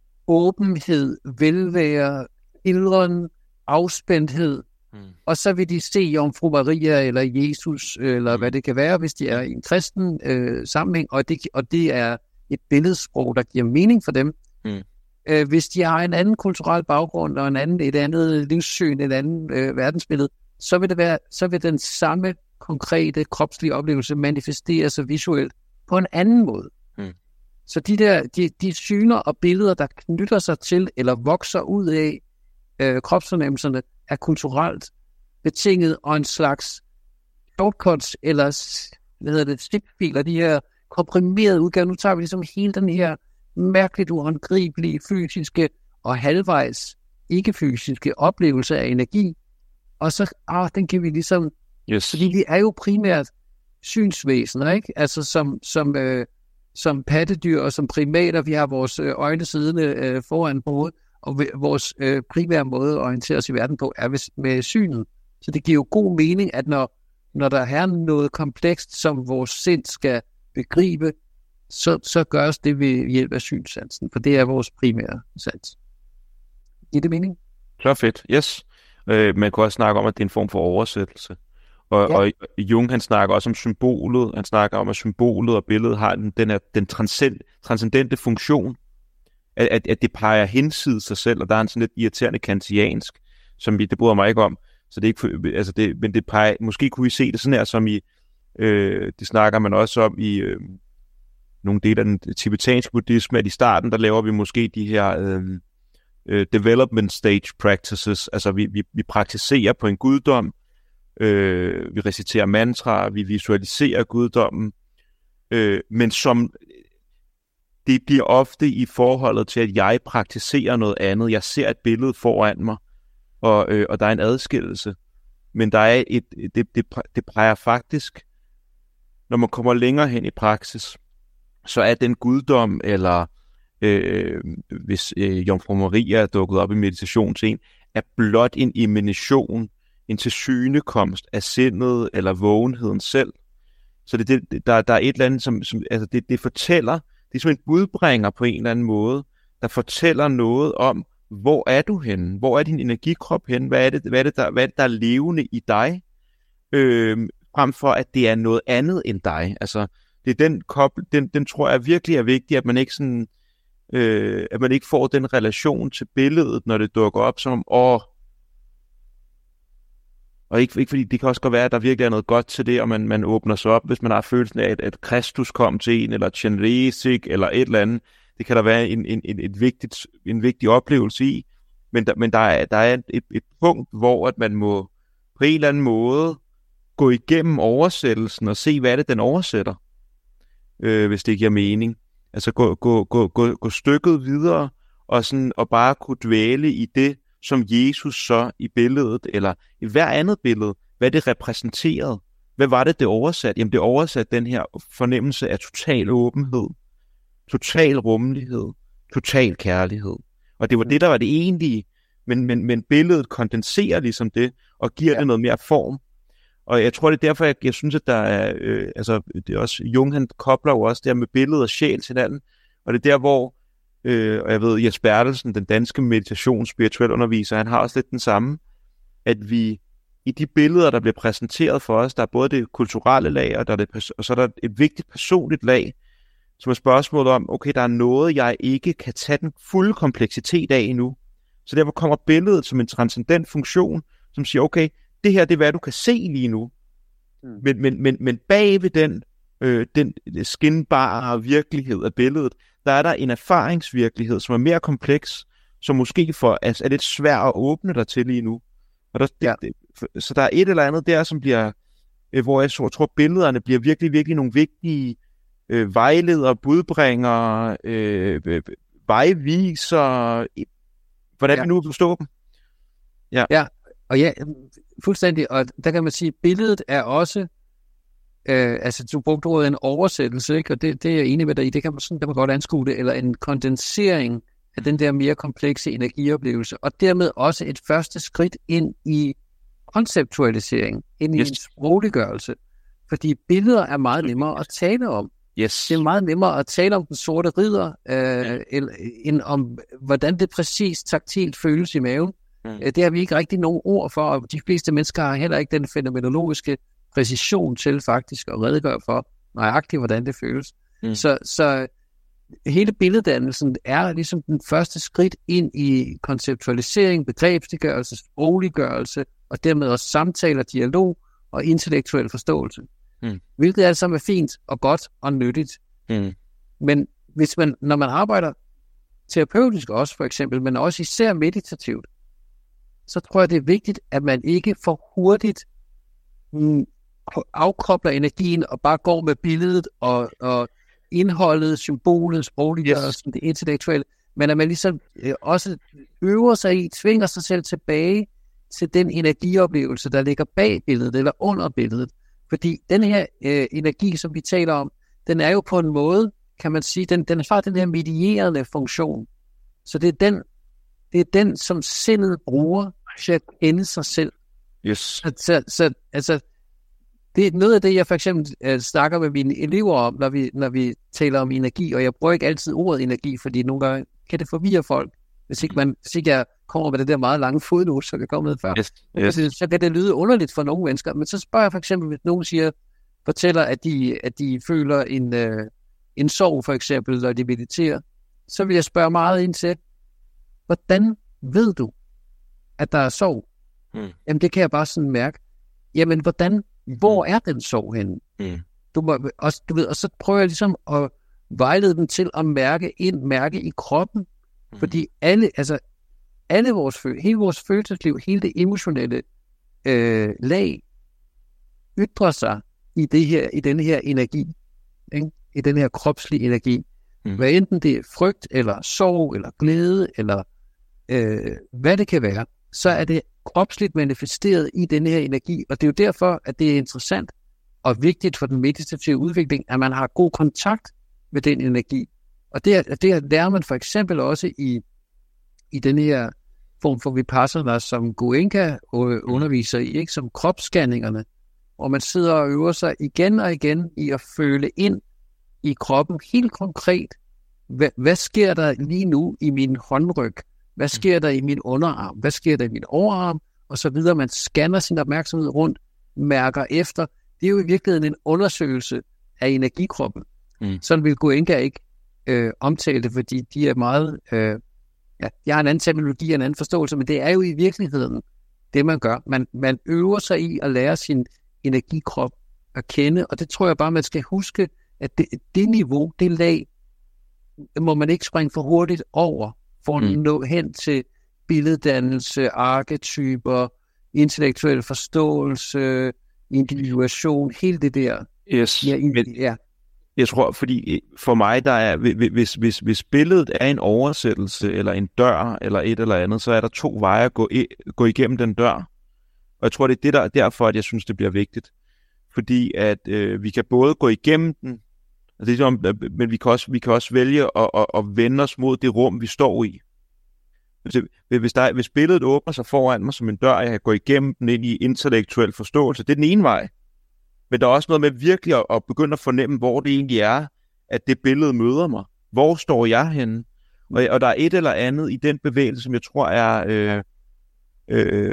åbenhed, velvære, ildren, afspændthed, mm. og så vil de se Jomfru Maria eller Jesus, eller mm. hvad det kan være, hvis de er i en kristen øh, sammenhæng, og det, og det er et billedsprog, der giver mening for dem. Mm. Øh, hvis de har en anden kulturel baggrund, og en anden, et andet livssyn, et andet øh, verdensbillede, så vil, det være, så vil den samme konkrete kropslige oplevelse manifestere sig visuelt på en anden måde. Mm. Så de der de, de syner og billeder, der knytter sig til, eller vokser ud af øh, kropsfornemmelserne, er kulturelt betinget, og en slags shortcuts, eller hvad hedder det, zip-filer, de her komprimerede udgaver. Nu tager vi ligesom hele den her mærkeligt uhåndgribelige fysiske og halvvejs ikke-fysiske oplevelse af energi, og så, ah, den kan vi ligesom, yes. fordi vi er jo primært synsvæsener, ikke? Altså som, som, øh, som pattedyr og som primater, vi har vores øh, øjne siddende øh, foran på hovedet, og vores øh, primære måde at orientere os i verden på er med, med synet. Så det giver jo god mening, at når, når der er noget komplekst, som vores sind skal begribe, så, så gøres det ved hjælp af synssansen, for det er vores primære sans. Giver det mening? Så fedt, yes. Øh, man kan også snakke om, at det er en form for oversættelse. Og, ja. og Jung, han snakker også om symbolet. Han snakker om, at symbolet og billedet har den, den, er, den transcend, transcendente funktion, at, at, at det peger hinsides sig selv, og der er en sådan lidt irriterende kantiansk, som vi, det bryder mig ikke om. Så det er ikke, altså det, men det peger, måske kunne I se det sådan her, som i, øh, det snakker man også om i øh, nogle dele af den tibetanske buddhisme, at i starten, der laver vi måske de her øh, øh, development stage practices, altså vi, vi, vi praktiserer på en guddom, øh, vi reciterer mantraer, vi visualiserer guddommen, øh, men som det bliver ofte i forholdet til, at jeg praktiserer noget andet. Jeg ser et billede foran mig, og, øh, og der er en adskillelse. Men der er et, det, det, det peger faktisk, når man kommer længere hen i praksis, så er den guddom, eller øh, hvis øh, Jomfru Maria er dukket op i meditation til en, er blot en emanation, en tilsynekomst af sindet eller vågenheden selv. Så det, det, der, der er et eller andet, som, som altså det, det fortæller, det er som en budbringer på en eller anden måde, der fortæller noget om, hvor er du henne? Hvor er din energikrop henne? Hvad er det, hvad er det, der, hvad er, det der er levende i dig? Øh, frem for at det er noget andet end dig. Altså, det er den kobl, den, den tror jeg virkelig er vigtig, at man ikke sådan, øh, at man ikke får den relation til billedet, når det dukker op som, åh, og ikke, ikke fordi, det kan også godt være, at der virkelig er noget godt til det, og man, man åbner sig op, hvis man har følelsen af, at, at Kristus kom til en, eller Tjenresik, eller et eller andet. Det kan der være en, en, en, et vigtigt, en vigtig oplevelse i. Men der, men der er, der er et, et punkt, hvor at man må på en eller anden måde gå igennem oversættelsen og se, hvad det den oversætter, øh, hvis det giver mening. Altså gå, gå, gå, gå, gå stykket videre, og, sådan, og bare kunne dvæle i det, som Jesus så i billedet, eller i hver andet billede, hvad det repræsenterede. Hvad var det, det oversat? Jamen det oversat den her fornemmelse af total åbenhed, total rummelighed, total kærlighed. Og det var det, der var det egentlige, men, men, men billedet kondenserer ligesom det, og giver ja. det noget mere form. Og jeg tror, det er derfor, jeg, jeg synes, at der er, øh, altså det er også, Jung han kobler jo også der med billede og sjæl til hinanden, og det er der, hvor, øh, og jeg ved, Jes Bertelsen, den danske meditations spirituel underviser, han har også lidt den samme, at vi i de billeder, der bliver præsenteret for os, der er både det kulturelle lag, og, der er det, og så er der et vigtigt personligt lag, som er spørgsmålet om, okay, der er noget, jeg ikke kan tage den fulde kompleksitet af endnu. Så derfor kommer billedet som en transcendent funktion, som siger, okay, det her det er, hvad du kan se lige nu. Mm. Men, men, men, men bag ved den, øh, den skinbare virkelighed af billedet, der er der en erfaringsvirkelighed, som er mere kompleks, som måske for, altså, er lidt svær at åbne dig til lige nu. Og der, ja. det, det, så der er et eller andet der, som bliver, øh, hvor jeg så, tror, billederne bliver virkelig, virkelig nogle vigtige øh, vejledere, budbringere, øh, øh, vejviser, hvordan ja. vi nu forstå dem. Ja. ja, og ja, fuldstændig. Og der kan man sige, at billedet er også, øh, altså du brugte ordet en oversættelse, ikke? Og det, det er jeg enig med dig i, det kan man, sådan, kan man godt anskue det, eller en kondensering af den der mere komplekse energioplevelse, og dermed også et første skridt ind i konceptualisering, ind i yes. en sprogliggørelse. Fordi billeder er meget nemmere at tale om. Yes. Det er meget nemmere at tale om den sorte ridder, øh, ja. end om, hvordan det præcis taktilt føles i maven. Mm. Det har vi ikke rigtig nogen ord for, og de fleste mennesker har heller ikke den fænomenologiske præcision til faktisk at redegøre for nøjagtigt, hvordan det føles. Mm. Så, så hele billeddannelsen er ligesom den første skridt ind i konceptualisering, begrebsliggørelse, sprogliggørelse, og dermed også samtaler, dialog og intellektuel forståelse. Mm. Hvilket alt sammen er fint og godt og nyttigt. Mm. Men hvis man, når man arbejder terapeutisk også for eksempel, men også især meditativt, så tror jeg, det er vigtigt, at man ikke for hurtigt mm, afkobler energien og bare går med billedet og, og indholdet, symbolet, sprogliggørelsen, yes. det intellektuelle, men at man ligesom øh, også øver sig i, tvinger sig selv tilbage til den energioplevelse, der ligger bag billedet eller under billedet. Fordi den her øh, energi, som vi taler om, den er jo på en måde, kan man sige, den, den har den her medierende funktion. Så det er den, det er den som sindet bruger til at kende sig selv. Yes. Så, så, så altså, det er noget af det, jeg for eksempel øh, snakker med mine elever om, når vi, når vi taler om energi, og jeg bruger ikke altid ordet energi, fordi nogle gange kan det forvirre folk, hvis ikke, man, hvis ikke jeg kommer med det der meget lange fodnote, som jeg kom med før. Yes. Yes. Så, så kan det lyde underligt for nogle mennesker, men så spørger jeg for eksempel, hvis nogen siger, fortæller, at de, at de føler en, øh, en sorg for eksempel, når de mediterer, så vil jeg spørge meget ind til, hvordan ved du, at der er sorg? Mm. Jamen det kan jeg bare sådan mærke. Jamen hvordan, hvor er den sorg henne? Mm. Du må, og, du ved, og så prøver jeg ligesom at vejlede dem til at mærke ind, mærke i kroppen, mm. fordi alle, altså alle vores følelser, hele vores følelsesliv, hele det emotionelle øh, lag ytrer sig i det her, i den her energi, ikke? I den her kropslige energi. Mm. Hvad enten det er frygt, eller sorg, eller glæde, eller øh, hvad det kan være, så er det kropsligt manifesteret i den her energi, og det er jo derfor, at det er interessant og vigtigt for den meditative udvikling, at man har god kontakt med den energi. Og det, det lærer man for eksempel også i, i den her form for vipassana, som Goenka underviser i, ikke? Som kropsscanningerne, hvor man sidder og øver sig igen og igen i at føle ind i kroppen helt konkret. Hvad, hvad sker der lige nu i min håndryg? Hvad sker der i min underarm? Hvad sker der i min overarm? Og så videre. Man scanner sin opmærksomhed rundt, mærker efter. det er jo i virkeligheden en undersøgelse af energikroppen. Mm. Sådan vil Goenka ikke øh, omtale det, fordi de er meget, øh, ja, de har en anden terminologi og en anden forståelse, men det er jo i virkeligheden det, man gør. Man, man øver sig i at lære sin energikrop at kende, og det tror jeg bare, man skal huske, at det, det niveau, det lag, må man ikke springe for hurtigt over, for at mm. nå hen til billeddannelse, arketyper, intellektuel forståelse, individuation, hele det der. Yes, ja, men ja. Jeg tror, fordi for mig, der er, hvis, hvis, hvis billedet er en oversættelse, eller en dør, eller et eller andet, så er der to veje at gå, i, gå igennem den dør. Og jeg tror, det er det, der er derfor, at jeg synes, det bliver vigtigt. Fordi at øh, vi kan både gå igennem den, det er, men vi kan, også, vi kan også vælge at, at, at vende os mod det rum, vi står i. Hvis, der, hvis billedet åbner sig foran mig som en dør, jeg kan gå igennem den ind i intellektuel forståelse, det er den ene vej. Men der er også noget med virkelig at, at begynde at fornemme, hvor det egentlig er, at det billede møder mig. Hvor står jeg henne? Og, og der er et eller andet i den bevægelse, som jeg tror er... Øh, øh,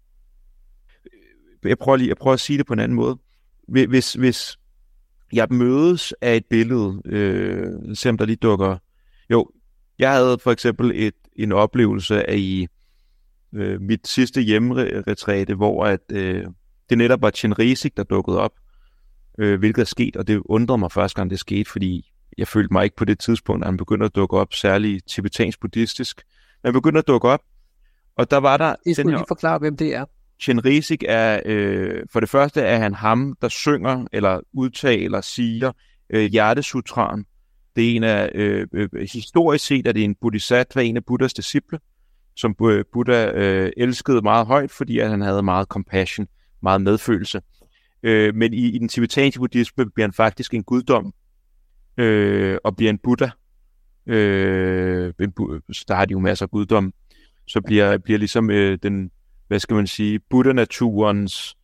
jeg, prøver lige, jeg prøver at sige det på en anden måde. Hvis, hvis jeg mødes af et billede, øh, se om der lige dukker... Jo, jeg havde for eksempel et, en oplevelse af i øh, mit sidste hjemretræte, hvor at, øh, det netop var Chenrezig, der dukkede op, øh, hvilket er sket, og det undrede mig første gang, det skete, fordi jeg følte mig ikke på det tidspunkt, at han begyndte at dukke op, særligt tibetansk-buddhistisk. Men han begyndte at dukke op, og der var der... Jeg skulle lige forklare, hvem det er. Chenrezig er, øh, for det første er han ham, der synger, eller udtaler, siger, øh, Hjertesutraen. Det er en af, øh, øh, historisk set er det en bodhisattva, en af Buddhas disciple, som Buddha øh, elskede meget højt, fordi at han havde meget compassion, meget medfølelse. Øh, men i, i den tibetanske buddhisme bliver han faktisk en guddom, øh, og bliver en Buddha. Øh, en, så der har de jo masser af guddom. Så bliver, bliver ligesom øh, den, hvad skal man sige, Buddha-naturens,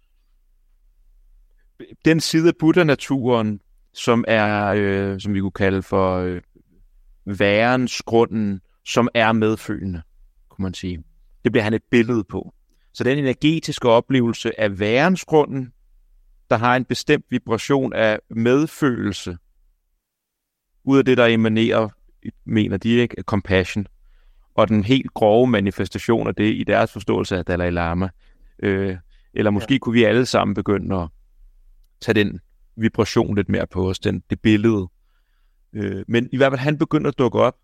den side af Buddha-naturen, som er, øh, som vi kunne kalde for øh, værens grunden, som er medfølende, kunne man sige. Det bliver han et billede på. Så den energetiske oplevelse af værens grunden, der har en bestemt vibration af medfølelse, ud af det, der emanerer, mener de ikke, compassion, og den helt grove manifestation af det i deres forståelse af Dalai Lama. Øh, eller måske ja. Kunne vi alle sammen begynde at tage den vibration lidt mere på os, den, det billede. Øh, men i hvert fald, han begyndte at dukke op,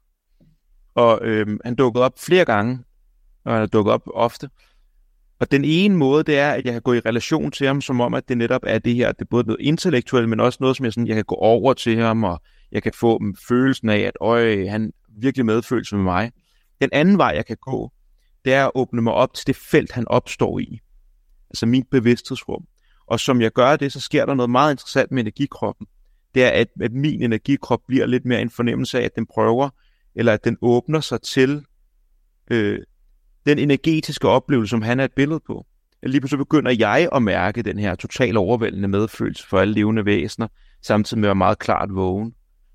og øh, han dukkede op flere gange, og han er dukket op ofte. Og den ene måde, det er, at jeg kan gå i relation til ham, som om, at det netop er det her, det er både noget intellektuelt, men også noget, som jeg, sådan, jeg kan gå over til ham, og jeg kan få følelsen af, at øj, han virkelig medfølelse med mig. Den anden vej, jeg kan gå, det er at åbne mig op til det felt, han opstår i. Altså mit bevidsthedsrum. Og som jeg gør det, så sker der noget meget interessant med energikroppen. Det er, at, at min energikrop bliver lidt mere en fornemmelse af, at den prøver, eller at den åbner sig til øh, den energetiske oplevelse, som han er et billede på. Lige pludselig begynder jeg at mærke den her totalt overvældende medfølelse for alle levende væsener, samtidig med at være meget klart vågen.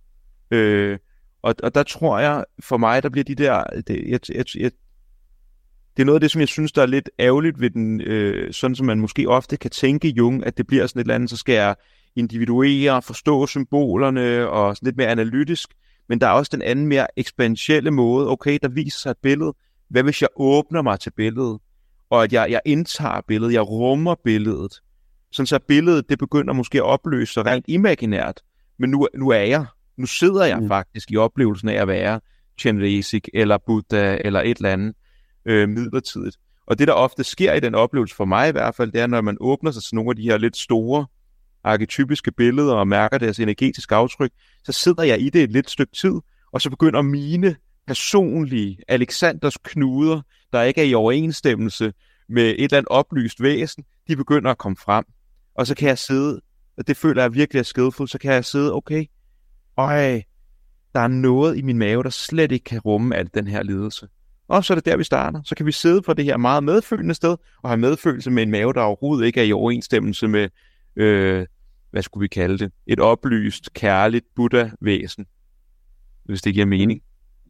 Øh, og, og der tror jeg, for mig, der bliver de der... Det, jeg, jeg, jeg, det er noget af det, som jeg synes, der er lidt ærgerligt ved den, øh, sådan som man måske ofte kan tænke Jung, at det bliver sådan et eller andet, så skal jeg individuere, forstå symbolerne og sådan lidt mere analytisk. Men der er også den anden mere eksponentielle måde. Okay, der viser sig et billede. Hvad hvis jeg åbner mig til billedet? Og at jeg, jeg indtager billedet, jeg rummer billedet. Sådan så billedet, det begynder måske at opløse sig rent imaginært. Men nu, nu er jeg. Nu sidder jeg mm. faktisk i oplevelsen af at være Chenrezig eller Buddha eller et eller andet øh, midlertidigt. Og det, der ofte sker i den oplevelse, for mig i hvert fald, det er, når man åbner sig til nogle af de her lidt store arketypiske billeder og mærker deres energetiske aftryk, så sidder jeg i det et lidt stykke tid, og så begynder mine personlige Alexanders knuder, der ikke er i overensstemmelse med et eller andet oplyst væsen, de begynder at komme frem. Og så kan jeg sidde, og det føler jeg virkelig er skadefuldt, så kan jeg sidde, okay, øj, der er noget i min mave, der slet ikke kan rumme alt den her lidelse. Og så er det der, vi starter. Så kan vi sidde på det her meget medfølende sted, og have medfølelse med en mave, der overhovedet ikke er i overensstemmelse med, øh, hvad skulle vi kalde det, et oplyst, kærligt Buddha-væsen, hvis det giver mening.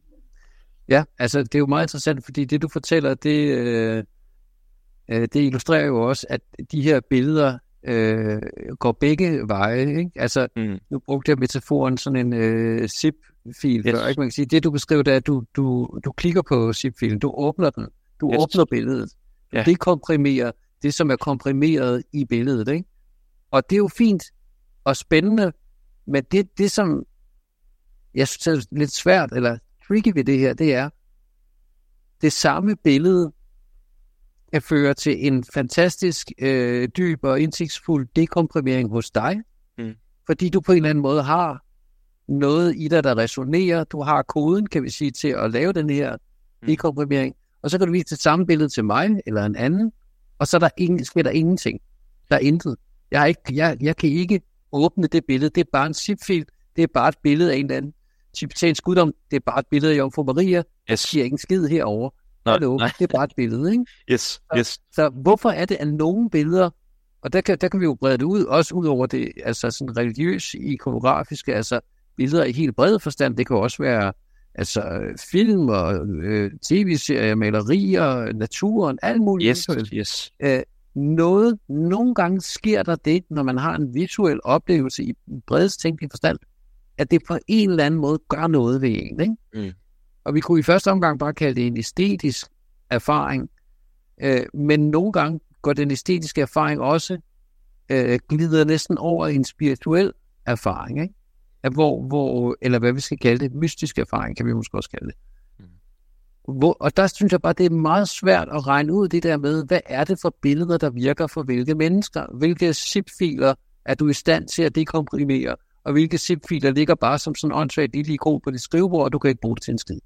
Ja, altså det er jo meget interessant, fordi det du fortæller, det, øh, det illustrerer jo også, at de her billeder øh, går begge veje, ikke? Altså, mm. nu brugte jeg metaforen sådan en øh, zip-fil yes. før, ikke? Man kan sige, det du beskriver, det er, at du, du, du klikker på zip-filen, du åbner den, du yes. åbner billedet, du ja. dekomprimerer det, som er komprimeret i billedet, ikke? Og det er jo fint og spændende, men det, det som jeg synes er lidt svært, eller tricky ved det her, det er, det samme billede kan føre til en fantastisk øh, dyb og indsigtsfuld dekomprimering hos dig, mm. fordi du på en eller anden måde har noget i dig, der resonerer. Du har koden, kan vi sige, til at lave den her mm. dekomprimering, og så kan du vise det samme billede til mig eller en anden, og så er der ingen, sker der ingenting. Der er intet. Jeg, har ikke, jeg, jeg kan ikke åbne det billede. Det er bare en zip-fil. Det er bare et billede af en eller anden tibetansk guddom. Det er bare et billede af Jomfru Maria. Yes. Der sker ingen skid herovre. Nej, Hallo, nej. Det er bare et billede, ikke? Yes, yes. Så, så hvorfor er det, at nogle billeder, og der kan, der kan vi jo brede det ud, også ud over det altså sådan religiøs, ikonografiske, altså billeder i helt bred forstand, det kan også være altså film og øh, tv-serier, malerier, naturen, alt muligt. Yes, yes. Æh, noget, nogle gange sker der det, når man har en visuel oplevelse i bredest tænkelig forstand, at det på en eller anden måde gør noget ved en, ikke? Mm. Og vi kunne i første omgang bare kalde det en æstetisk erfaring, øh, men nogle gange går den æstetiske erfaring også øh, glider næsten over i en spirituel erfaring, ikke? Hvor, hvor, eller hvad vi skal kalde det, mystisk erfaring, kan vi måske også kalde det. Mm. Hvor, og der synes jeg bare, det er meget svært at regne ud det der med, hvad er det for billeder, der virker for hvilke mennesker? Hvilke zip-filer er du i stand til at dekomprimere? Og hvilke zip-filer ligger bare som sådan en åndssvagt lille ikon på dit skrivebord, og du kan ikke bruge det til en skid?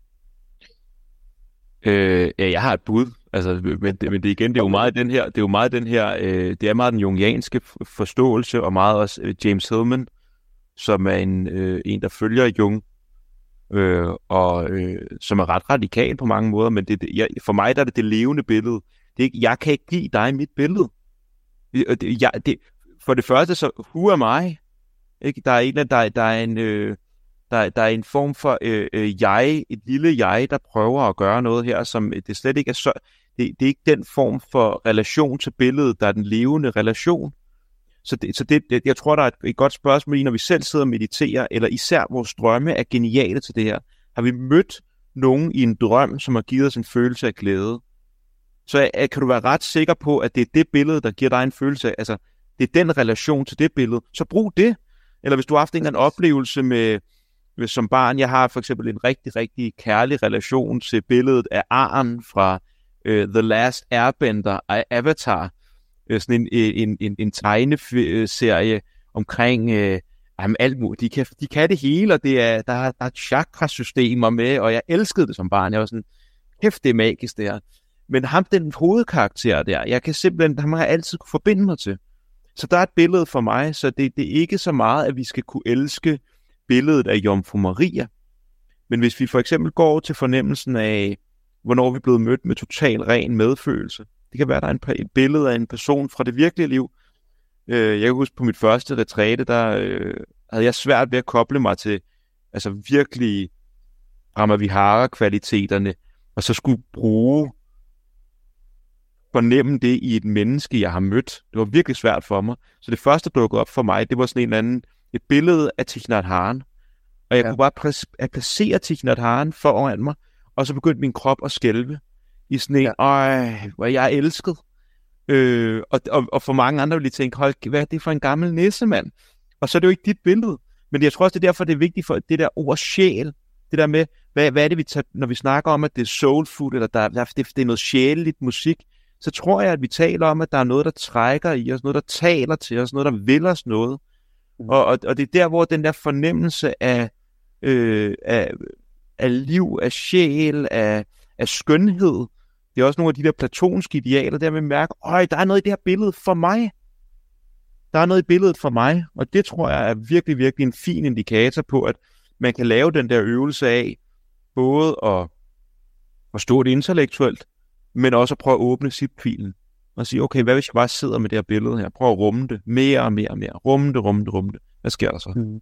Øh, ja, jeg har et bud, altså, men, det, men det igen, det er jo meget den her, det er jo meget den her, øh, det er meget den jungianske forståelse, og meget også øh, James Hillman, som er en, øh, en der følger Jung, øh, og øh, som er ret radikal på mange måder, men det, det, jeg, for mig der er det det levende billede. Det er ikke, jeg kan ikke give dig mit billede. Det, det, jeg, det, for det første, så who am I? Ikke? Der er en, der, der er en, øh, der, der er en form for øh, øh, jeg, et lille jeg, der prøver at gøre noget her, som det slet ikke er så. Det, det er ikke den form for relation til billedet, der er den levende relation. Så, det, så det, det, jeg tror, der er et, et godt spørgsmål i, når vi selv sidder og mediterer, eller især vores drømme er geniale til det her. Har vi mødt nogen i en drøm, som har givet os en følelse af glæde? Så er, kan du være ret sikker på, at det er det billede, der giver dig en følelse af, altså det er den relation til det billede, så brug det. Eller hvis du har haft en eller anden oplevelse med, med som barn, jeg har for eksempel en rigtig, rigtig kærlig relation til billedet af Aang fra uh, The Last Airbender, Avatar, uh, sådan en, en, en, en tegneserie omkring uh, jamen, alt muligt. De kan, de kan det hele, og det er, der, der er chakrasystemer med, og jeg elskede det som barn. Jeg var sådan, kæft, det er magisk det her. Men ham, den hovedkarakter der, jeg kan simpelthen, ham har jeg altid kunne forbinde mig til. Så der er et billede for mig, så det, det er ikke så meget, at vi skal kunne elske billedet af Jomfru Maria. Men hvis vi for eksempel går til fornemmelsen af, hvornår vi er blevet mødt med total ren medfølelse. Det kan være, der er en, et billede af en person fra det virkelige liv. Jeg kan huske på mit første retræte, der øh, havde jeg svært ved at koble mig til altså virkelig Brahma-vihara-kvaliteterne, og så skulle bruge fornemme det i et menneske, jeg har mødt. Det var virkelig svært for mig. Så det første, der dukkede op for mig, det var sådan en eller anden, et billede af Thich Nhat Hanh. Og jeg ja. kunne bare pr- placere Thich Nhat Hanh foran mig, og så begyndte min krop at skælve i sådan en, ja. øj, hvor jeg er elsket. Øh, og, og, og for mange andre ville de tænke, hold, hvad er det for en gammel nissemand? Og så er det jo ikke dit billede. Men jeg tror også, det er derfor, det er vigtigt for det der ord sjæl. Det der med, hvad, hvad er det, vi tager, når vi snakker om, at det er soul food, eller der, der, det, det er noget sjæleligt musik, så tror jeg, at vi taler om, at der er noget, der trækker i os, noget, der taler til os, noget, der vil os noget. Mm. Og, og, og det er der, hvor den der fornemmelse af, øh, af, af liv, af sjæl, af, af skønhed, det er også nogle af de der platonske idealer, der med at mærke, øj, der er noget i det her billede for mig. Der er noget i billedet for mig, og det tror jeg er virkelig, virkelig en fin indikator på, at man kan lave den der øvelse af, både at forstå det intellektuelt, men også at prøve at åbne zip-filen og sige, okay, hvad hvis jeg bare sidder med det her billede her? Prøv at rumme det mere og mere og mere. Rumme det, rumme det, rumme det. Hvad sker der så? Mm.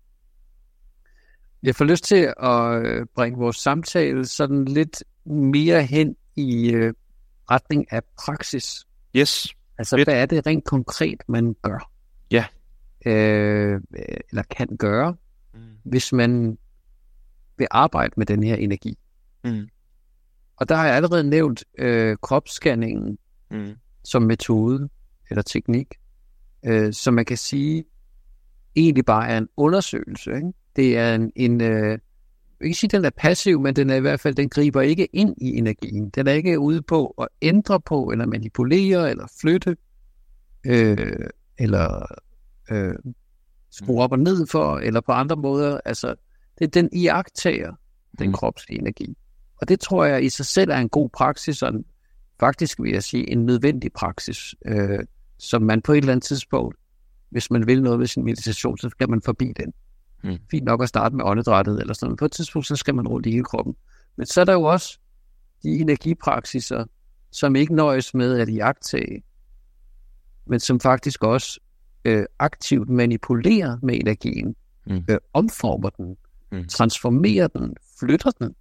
Jeg får lyst til at bringe vores samtale sådan lidt mere hen i øh, retning af praksis. Yes. Altså, Fedt. hvad er det rent konkret, man gør? Ja. Øh, eller kan gøre, mm. hvis man vil arbejde med den her energi. Mm. Og der har jeg allerede nævnt øh, kropsscanningen mm. som metode eller teknik, øh, som man kan sige egentlig bare er en undersøgelse. Ikke? Det er en, en øh, jeg kan ikke sige, at den er passiv, men den er i hvert fald, den griber ikke ind i energien. Den er ikke ude på at ændre på, eller manipulere, eller flytte, øh, eller øh, skrue op og ned for, eller på andre måder. Altså, det er den iagttager, den kropslige energi. Og det tror jeg i sig selv er en god praksis, og faktisk vil jeg sige en nødvendig praksis, øh, som man på et eller andet tidspunkt, hvis man vil noget ved sin meditation, så skal man forbi den. Mm. Fint nok at starte med åndedrættet eller sådan noget. På et tidspunkt, så skal man rundt i hele kroppen. Men så er der jo også de energipraksiser, som ikke nøjes med at iagttage, men som faktisk også øh, aktivt manipulerer med energien, mm. øh, omformer den, mm. transformerer den, flytter den.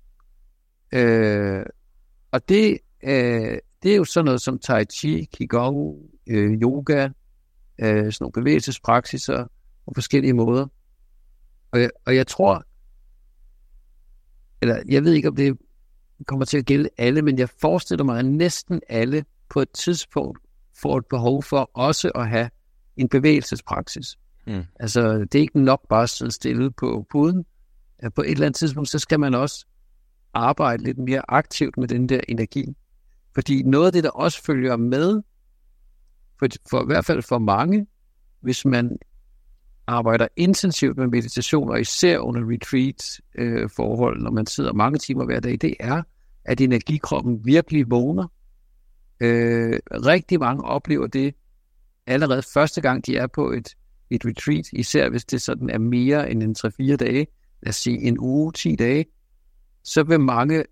Øh, og det, øh, det er jo sådan noget som Tai Chi, Qigong, øh, yoga, øh, sådan nogle bevægelsespraksiser på forskellige måder. Og jeg, og jeg tror, eller jeg ved ikke, om det kommer til at gælde alle, men jeg forestiller mig, at næsten alle på et tidspunkt får et behov for også at have en bevægelsespraksis. Mm. Altså, det er ikke nok bare at sidde stille på puden. På et eller andet tidspunkt, så skal man også arbejde lidt mere aktivt med den der energi. Fordi noget af det, der også følger med, for, for i hvert fald for mange, hvis man arbejder intensivt med meditation, og især under retreat-forhold, øh, når man sidder mange timer hver dag, det er, at energikroppen virkelig vågner. Øh, rigtig mange oplever det allerede første gang, de er på et, et retreat, især hvis det sådan er mere end en tre fire dage, lad os sige en uge, ti dage, så vil mange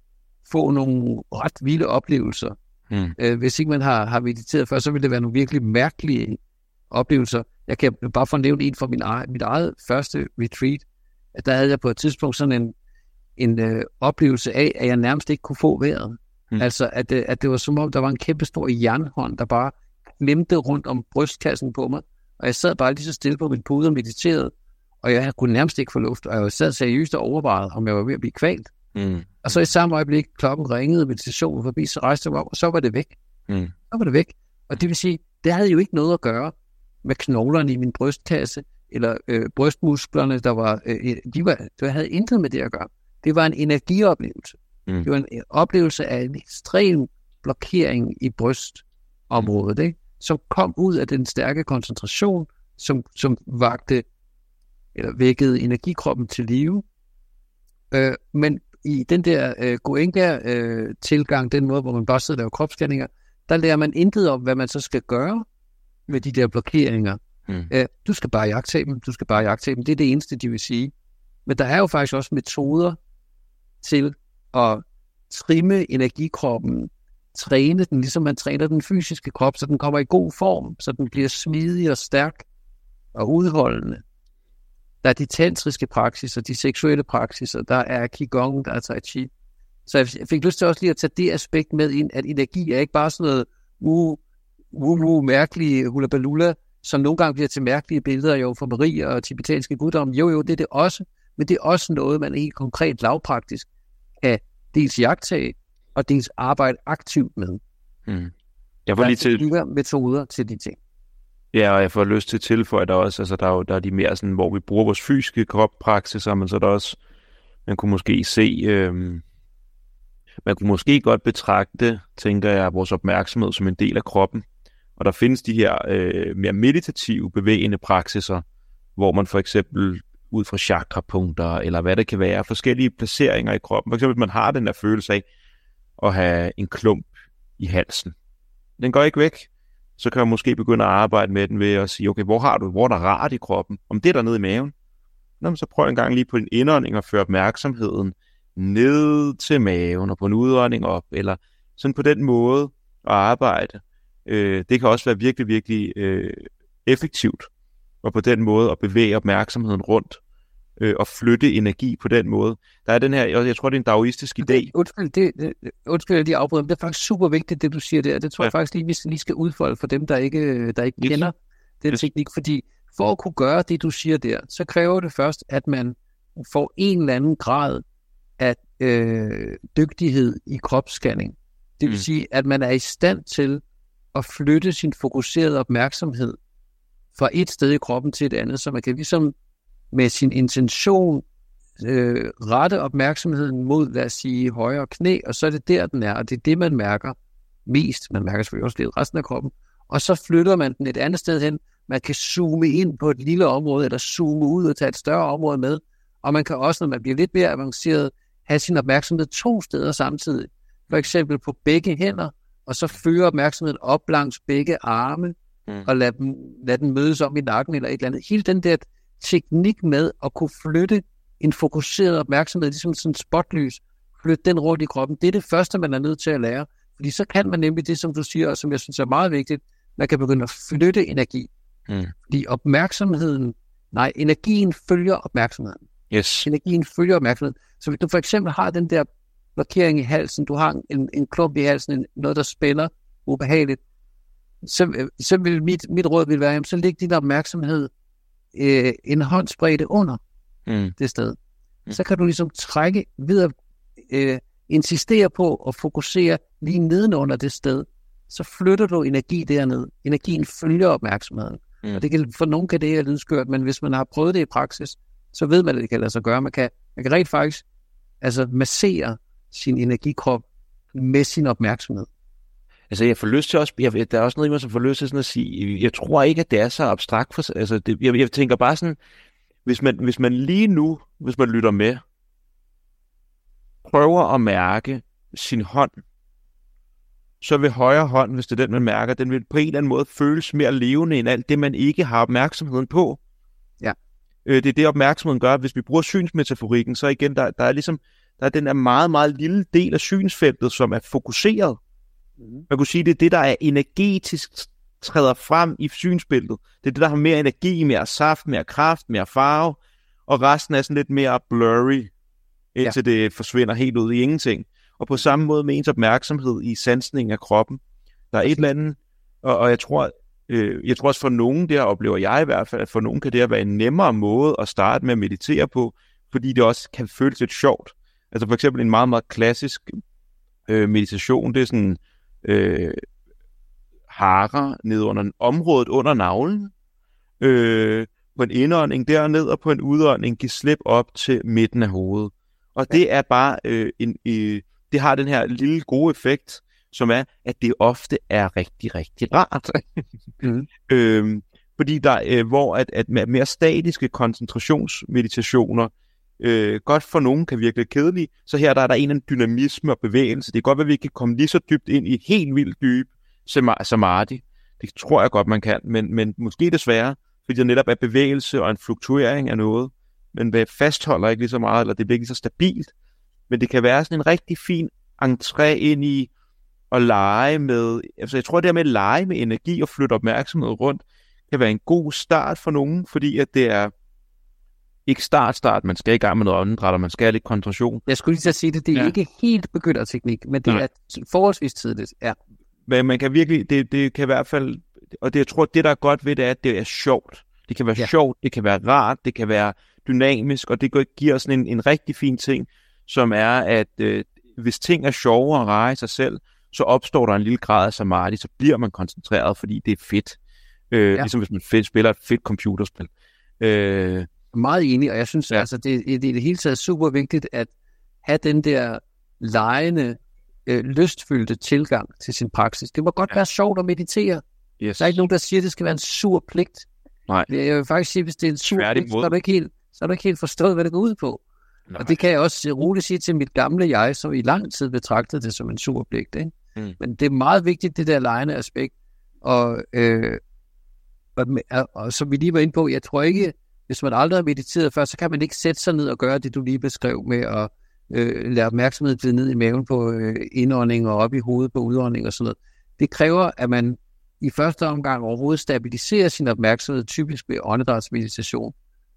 få nogle ret vilde oplevelser. Mm. Øh, hvis ikke man har, har mediteret før, så vil det være nogle virkelig mærkelige oplevelser. Jeg kan bare få nævnt en fra min eget, mit eget første retreat, at der havde jeg på et tidspunkt sådan en, en øh, oplevelse af, at jeg nærmest ikke kunne få vejret. Mm. Altså, at, øh, at det var som om, der var en kæmpe stor jernhånd, der bare klemte rundt om brystkassen på mig, og jeg sad bare lige så stille på min pude og mediterede, og jeg kunne nærmest ikke få luft, og jeg sad seriøst og overvejede, om jeg var ved at blive kvalt. Mm. Og så i samme øjeblik, klokken ringede, meditationen forbi, så rejste jeg mig op, og så var det væk. Mm. Så var det væk. Og det vil sige, det havde jo ikke noget at gøre med knoglerne i min brystkasse, eller øh, brystmusklerne, der var, øh, de var, det havde intet med det at gøre. Det var en energioplevelse. Mm. Det var en oplevelse af en ekstrem blokering i brystområdet, ikke? Som kom ud af den stærke koncentration, som, som vagte, eller vækkede energikroppen til live. Øh, men i den der øh, Goenka-tilgang, øh, den måde, hvor man bare sidder og laver kropsscanninger, der lærer man intet om, hvad man så skal gøre med de der blokeringer. Mm. Øh, du skal bare iagttage dem, du skal bare iagttage dem. Det er det eneste, de vil sige. Men der er jo faktisk også metoder til at trimme energikroppen, træne den, ligesom man træner den fysiske krop, så den kommer i god form, så den bliver smidig og stærk og udholdende. Der er de tantriske praksiser, de seksuelle praksiser, der er Qigong, der er Tai Chi. Så jeg fik lyst til også lige at tage det aspekt med ind, at energi er ikke bare sådan noget uh, uh, uh, mærkelige hulabalula, som nogle gange bliver til mærkelige billeder af Jomfru Maria og tibetanske guddom. Jo, jo, det er det også, men det er også noget, man helt konkret lavpraktisk kan dels iagttage, og dels arbejde aktivt med. Mm. Jeg får lige til metoder til de ting. Ja, og jeg får lyst til at tilføje, der også, altså der er jo der er de mere sådan, hvor vi bruger vores fysiske kroppraksiser, men så er der også, man kunne måske se, øhm, man kunne måske godt betragte, tænker jeg, vores opmærksomhed som en del af kroppen. Og der findes de her øh, mere meditative, bevægende praksiser, hvor man for eksempel ud fra chakrapunkter, eller hvad det kan være, forskellige placeringer i kroppen. For eksempel, hvis man har den der følelse af at have en klump i halsen. Den går ikke væk. Så kan man måske begynde at arbejde med den ved at sige, okay, hvor har du, hvor er der rart i kroppen? Om det er der nede i maven? Nå, så prøv en gang lige på en indånding at føre opmærksomheden ned til maven, og på en udånding op, eller sådan på den måde at arbejde. Øh, det kan også være virkelig, virkelig øh, effektivt, og på den måde at bevæge opmærksomheden rundt øh, at flytte energi på den måde. Der er den her, jeg tror, det er en daoistisk idé. Det, undskyld, det, det, undskyld, de afbryder, men det er faktisk super vigtigt, det du siger der. Det tror ja. jeg faktisk lige, vi lige skal udfolde for dem, der ikke, der ikke yes. kender den yes. teknik. Fordi for at kunne gøre det, du siger der, så kræver det først, at man får en eller anden grad af øh, dygtighed i kropsscanning. Det vil mm. sige, at man er i stand til at flytte sin fokuserede opmærksomhed fra et sted i kroppen til et andet, så man kan ligesom med sin intention øh, rette opmærksomheden mod, lad os sige, højre knæ, og så er det der, den er, og det er det, man mærker mest. Man mærker selvfølgelig også lidt resten af kroppen, og så flytter man den et andet sted hen. Man kan zoome ind på et lille område, eller zoome ud og tage et større område med, og man kan også, når man bliver lidt mere avanceret, have sin opmærksomhed to steder samtidig. For eksempel på begge hænder, og så føre opmærksomheden op langs begge arme, mm. og lade, dem, lade den mødes om i nakken eller et eller andet. Hele den der teknik med at kunne flytte en fokuseret opmærksomhed, ligesom sådan en spotlys, flytte den rundt i kroppen, det er det første, man er nødt til at lære. Fordi så kan man nemlig det, som du siger, og som jeg synes er meget vigtigt, man kan begynde at flytte energi. Mm. Fordi opmærksomheden, nej, energien følger opmærksomheden. Yes. Energien følger opmærksomheden. Så hvis du for eksempel har den der blokering i halsen, du har en, en klump i halsen, en, noget, der spænder ubehageligt, så, så vil mit, mit råd vil være, så læg din opmærksomhed øh, en håndsbredde under mm. det sted. Mm. Så kan du ligesom trække ved at øh, insistere på at fokusere lige nedenunder det sted. Så flytter du energi derned. Energien følger opmærksomheden. Mm. Og det kan, for nogen kan det her lyde skørt, men hvis man har prøvet det i praksis, så ved man, at det kan lade sig gøre. Man kan, man kan rent faktisk altså massere sin energikrop med sin opmærksomhed. Altså, jeg får lyst til også, jeg, der er også noget i mig, som får lyst til sådan at sige, jeg tror ikke, at det er så abstrakt. For, altså, det, jeg, jeg tænker bare sådan, hvis man, hvis man lige nu, hvis man lytter med, prøver at mærke sin hånd, så vil højre hånd, hvis det er den, man mærker, den vil på en eller anden måde føles mere levende end alt det, man ikke har opmærksomheden på. Ja. Øh, det er det, opmærksomheden gør. Hvis vi bruger synsmetaforikken, så igen, der, der er ligesom, der er den der meget, meget lille del af synsfeltet, som er fokuseret. Mm. Man kunne sige, det er det, der er energetisk træder frem i synsbilledet. Det er det, der har mere energi, mere saft, mere kraft, mere farve, og resten er sådan lidt mere blurry, indtil ja. det forsvinder helt ud i ingenting. Og på samme måde med ens opmærksomhed i sansningen af kroppen. Der er et eller andet, og, og jeg tror, øh, jeg tror også for nogen, der oplever jeg i hvert fald, at for nogen kan det være en nemmere måde at starte med at meditere på, fordi det også kan føles lidt sjovt. Altså for eksempel en meget, meget klassisk øh, meditation, det er sådan øh, harer ned under området under navlen, øh, på en indånding derned, og på en udånding give slip op til midten af hovedet. Og det er bare øh, en... Øh, det har den her lille gode effekt, som er, at det ofte er rigtig, rigtig rart. mm. øhm, fordi der, øh, hvor at, at mere statiske koncentrationsmeditationer øh, godt for nogen kan virke lidt kedelige, så her der er der en en dynamisme og bevægelse. Det kan godt være, at vi ikke kan komme lige så dybt ind i helt vildt dyb samadhi. Det tror jeg godt, man kan, men, men måske desværre, fordi der netop er bevægelse og en fluktuering af noget, men hvad fastholder ikke lige så meget, eller det bliver ikke lige så stabilt. Men det kan være sådan en rigtig fin entré ind i at lege med, altså jeg tror det her med at lege med energi og flytte opmærksomhed rundt, kan være en god start for nogen, fordi at det er ikke start-start, man skal i gang med noget åndedræt, og man skal have lidt koncentration. Jeg skulle lige så sige det, det er ja. ikke helt begynderteknik, men det Nej. er forholdsvis tidligt, ja. Men man kan virkelig, det, det kan i hvert fald, og det, jeg tror, det der er godt ved det er, at det er sjovt. Det kan være ja. sjovt, det kan være rart, det kan være dynamisk, og det giver sådan en, en rigtig fin ting, som er, at øh, hvis ting er sjove og rare i sig selv, så opstår der en lille grad af samadhi, så bliver man koncentreret, fordi det er fedt. Øh, ja. Ligesom hvis man fedt, spiller et fedt computerspil. Øh, Meget enig, og jeg synes, ja. altså, det, det er i det hele taget super vigtigt, at have den der legende, øh, lystfyldte tilgang til sin praksis. Det må godt ja. være sjovt at meditere. Yes. Der er ikke nogen, der siger, at det skal være en sur pligt. Nej. Jeg vil faktisk sige, hvis det er en sur pligt, så er, du ikke helt, så er du ikke helt forstået, hvad det går ud på. Nej. Og det kan jeg også roligt sige til mit gamle jeg, som i lang tid betragtede det som en sur pligt. Ikke? Mm. Men det er meget vigtigt, det der legende aspekt. Og, øh, og, og som vi lige var inde på, jeg tror ikke, hvis man aldrig har mediteret før, så kan man ikke sætte sig ned og gøre det, du lige beskrev med at øh, lade opmærksomhed glide ned i maven på øh, indånding og op i hovedet på udånding og sådan noget. Det kræver, at man i første omgang overhovedet stabiliserer sin opmærksomhed, typisk ved åndedrætsmeditation.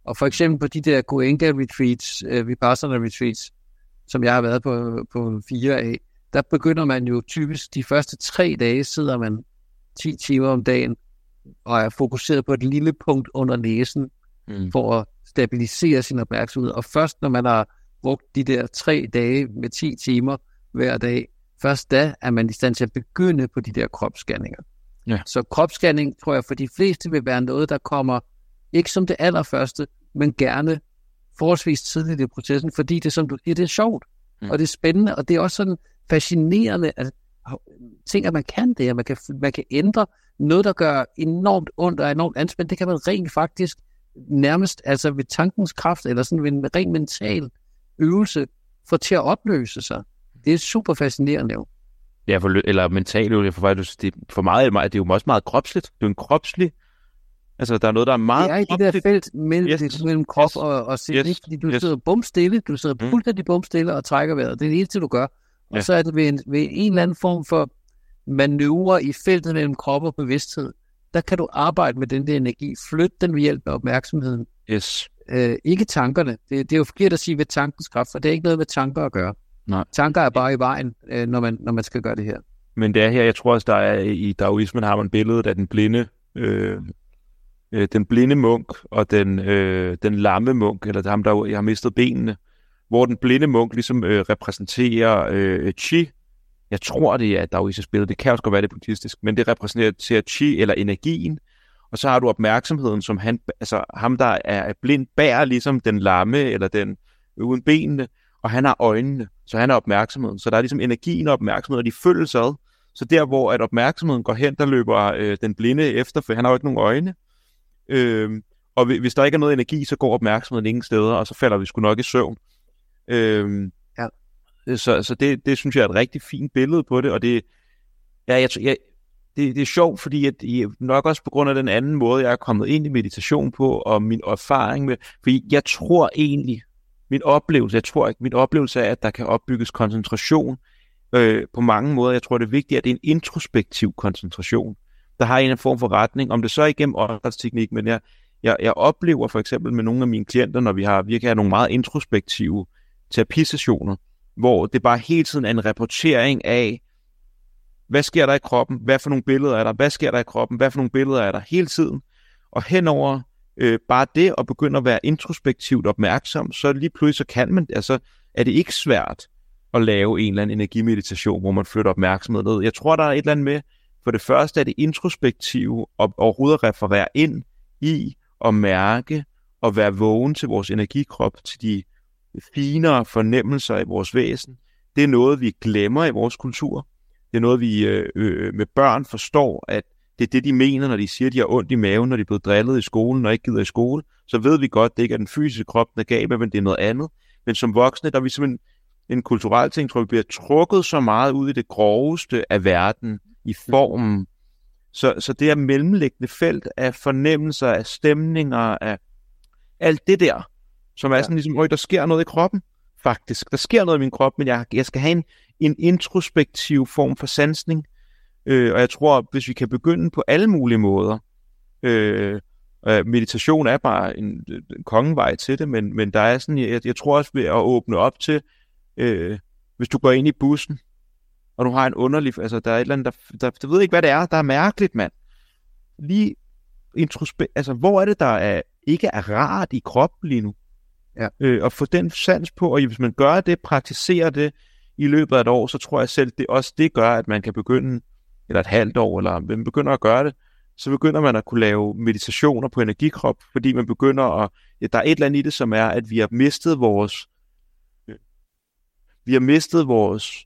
Og for eksempel på de der Goenka retreats, øh, Vipassana retreats, som jeg har været på, på fire af, der begynder man jo typisk, de første tre dage sidder man ti timer om dagen, og er fokuseret på et lille punkt under næsen, mm. for at stabilisere sin opmærksomhed. Og først når man har brugt de der tre dage med ti timer hver dag, først da er man i stand til at begynde på de der kropsscanninger. Ja. Så kropsscanning, tror jeg, for de fleste vil være noget, der kommer ikke som det allerførste, men gerne forholdsvis tidligt i processen, fordi det, som du siger, det er sjovt, mm. og det er spændende, og det er også sådan fascinerende, at ting, at man kan det, at man kan, man kan ændre noget, der gør enormt ondt og enormt anspændt, det kan man rent faktisk nærmest, altså ved tankens kraft, eller sådan ved en ren mental øvelse, få til at opløse sig. Det er super fascinerende jo. Ja, for, eller mental øvelse, for, det, for meget af det er jo også meget kropsligt. Det er jo en kropslig, altså der er noget, der er meget kropsligt. Det er i det der felt mellem, yes. mellem krop yes. og, og sind, yes. fordi du yes. sidder bumstille, du sidder mm. fuldstændig bumstille og trækker vejret. Det er det eneste, du gør. Og ja. så er det ved en, ved en eller anden form for manøvre i feltet mellem krop og bevidsthed. Der kan du arbejde med den der energi, flytte den ved hjælp af opmærksomheden. Yes. Øh, ikke tankerne. Det, det er jo forkert at sige ved tankens kraft, for det er ikke noget med tanker at gøre. Nej. Tanker er bare i vejen, øh, når, man, når man skal gøre det her. Men det er her, jeg tror også, der er i daoismen har man billedet af den blinde, øh, øh, den blinde munk og den, øh, den lamme munk, eller ham, der har mistet benene, hvor den blinde munk ligesom øh, repræsenterer øh, chi. Jeg tror, det er et daoistisk billede. Det kan også godt være det buddhistisk, men det repræsenterer chi eller energien. Og så har du opmærksomheden, som han, altså ham, der er blind, bærer ligesom den lamme eller den uden benene, og han har øjnene, så han har opmærksomheden. Så der er ligesom energien og opmærksomheden, og de følges ad. Så der, hvor at opmærksomheden går hen, der løber øh, den blinde efter, for han har jo ikke nogen øjne. Øh, og hvis der ikke er noget energi, så går opmærksomheden ingen steder, og så falder vi sgu nok i søvn. Øh, ja. Så, så det, det synes jeg er et rigtig fint billede på det, og det, ja, jeg, jeg, det, det er sjovt, fordi at, nok også på grund af den anden måde, jeg er kommet ind i meditation på, og min erfaring med, fordi jeg tror egentlig, min oplevelse, jeg tror ikke, min oplevelse er, at der kan opbygges koncentration øh, på mange måder. Jeg tror, det er vigtigt, at det er en introspektiv koncentration, der har en form for retning, om det så er igennem åndedrætsteknik, men jeg, jeg, jeg oplever for eksempel med nogle af mine klienter, når vi har virkelig har nogle meget introspektive terapisessioner, hvor det bare hele tiden er en rapportering af, hvad sker der i kroppen, hvad for nogle billeder er der, hvad sker der i kroppen, hvad for nogle billeder er der hele tiden, og henover øh, bare det at begynde at være introspektivt opmærksom, så lige pludselig så kan man, altså er det ikke svært at lave en eller anden energimeditation, hvor man flytter opmærksomhed ned. Jeg tror, der er et eller andet med, for det første er det introspektive og overhovedet at referere ind i og mærke og være vågen til vores energikrop, til de finere fornemmelser i vores væsen. Det er noget, vi glemmer i vores kultur. Det er noget, vi øh, øh, med børn forstår, at det er det, de mener, når de siger, at de har ondt i maven, når de er blevet drillet i skolen og ikke gider i skole. Så ved vi godt, at det ikke er den fysiske krop, der er galt med, men det er noget andet. Men som voksne, der er vi simpelthen en kulturel ting, tror vi bliver trukket så meget ud i det groveste af verden, i formen. Så, så det er mellemliggende felt af fornemmelser, af stemninger, af alt det der, som er sådan ligesom, øj, der sker noget i kroppen, faktisk. Der sker noget i min krop, men jeg, jeg skal have en, en introspektiv form for sansning. Øh, og jeg tror, hvis vi kan begynde på alle mulige måder, øh, øh, meditation er bare en, en kongevej til det, men, men der er sådan, jeg, jeg tror også ved at åbne op til, øh, hvis du går ind i bussen, og du har en underlig, altså der er et eller andet, der, der, der ved ikke, hvad det er, der er mærkeligt, mand. Lige introspekt, altså hvor er det, der er, ikke er rart i kroppen lige nu? Ja. Øh, og få den sans på, og hvis man gør det, praktiserer det i løbet af et år, så tror jeg selv, det også det gør, at man kan begynde, eller et halvt år, eller man begynder at gøre det, så begynder man at kunne lave meditationer på energikrop, fordi man begynder at, ja, der er et eller andet i det, som er, at vi har mistet vores, vi har mistet vores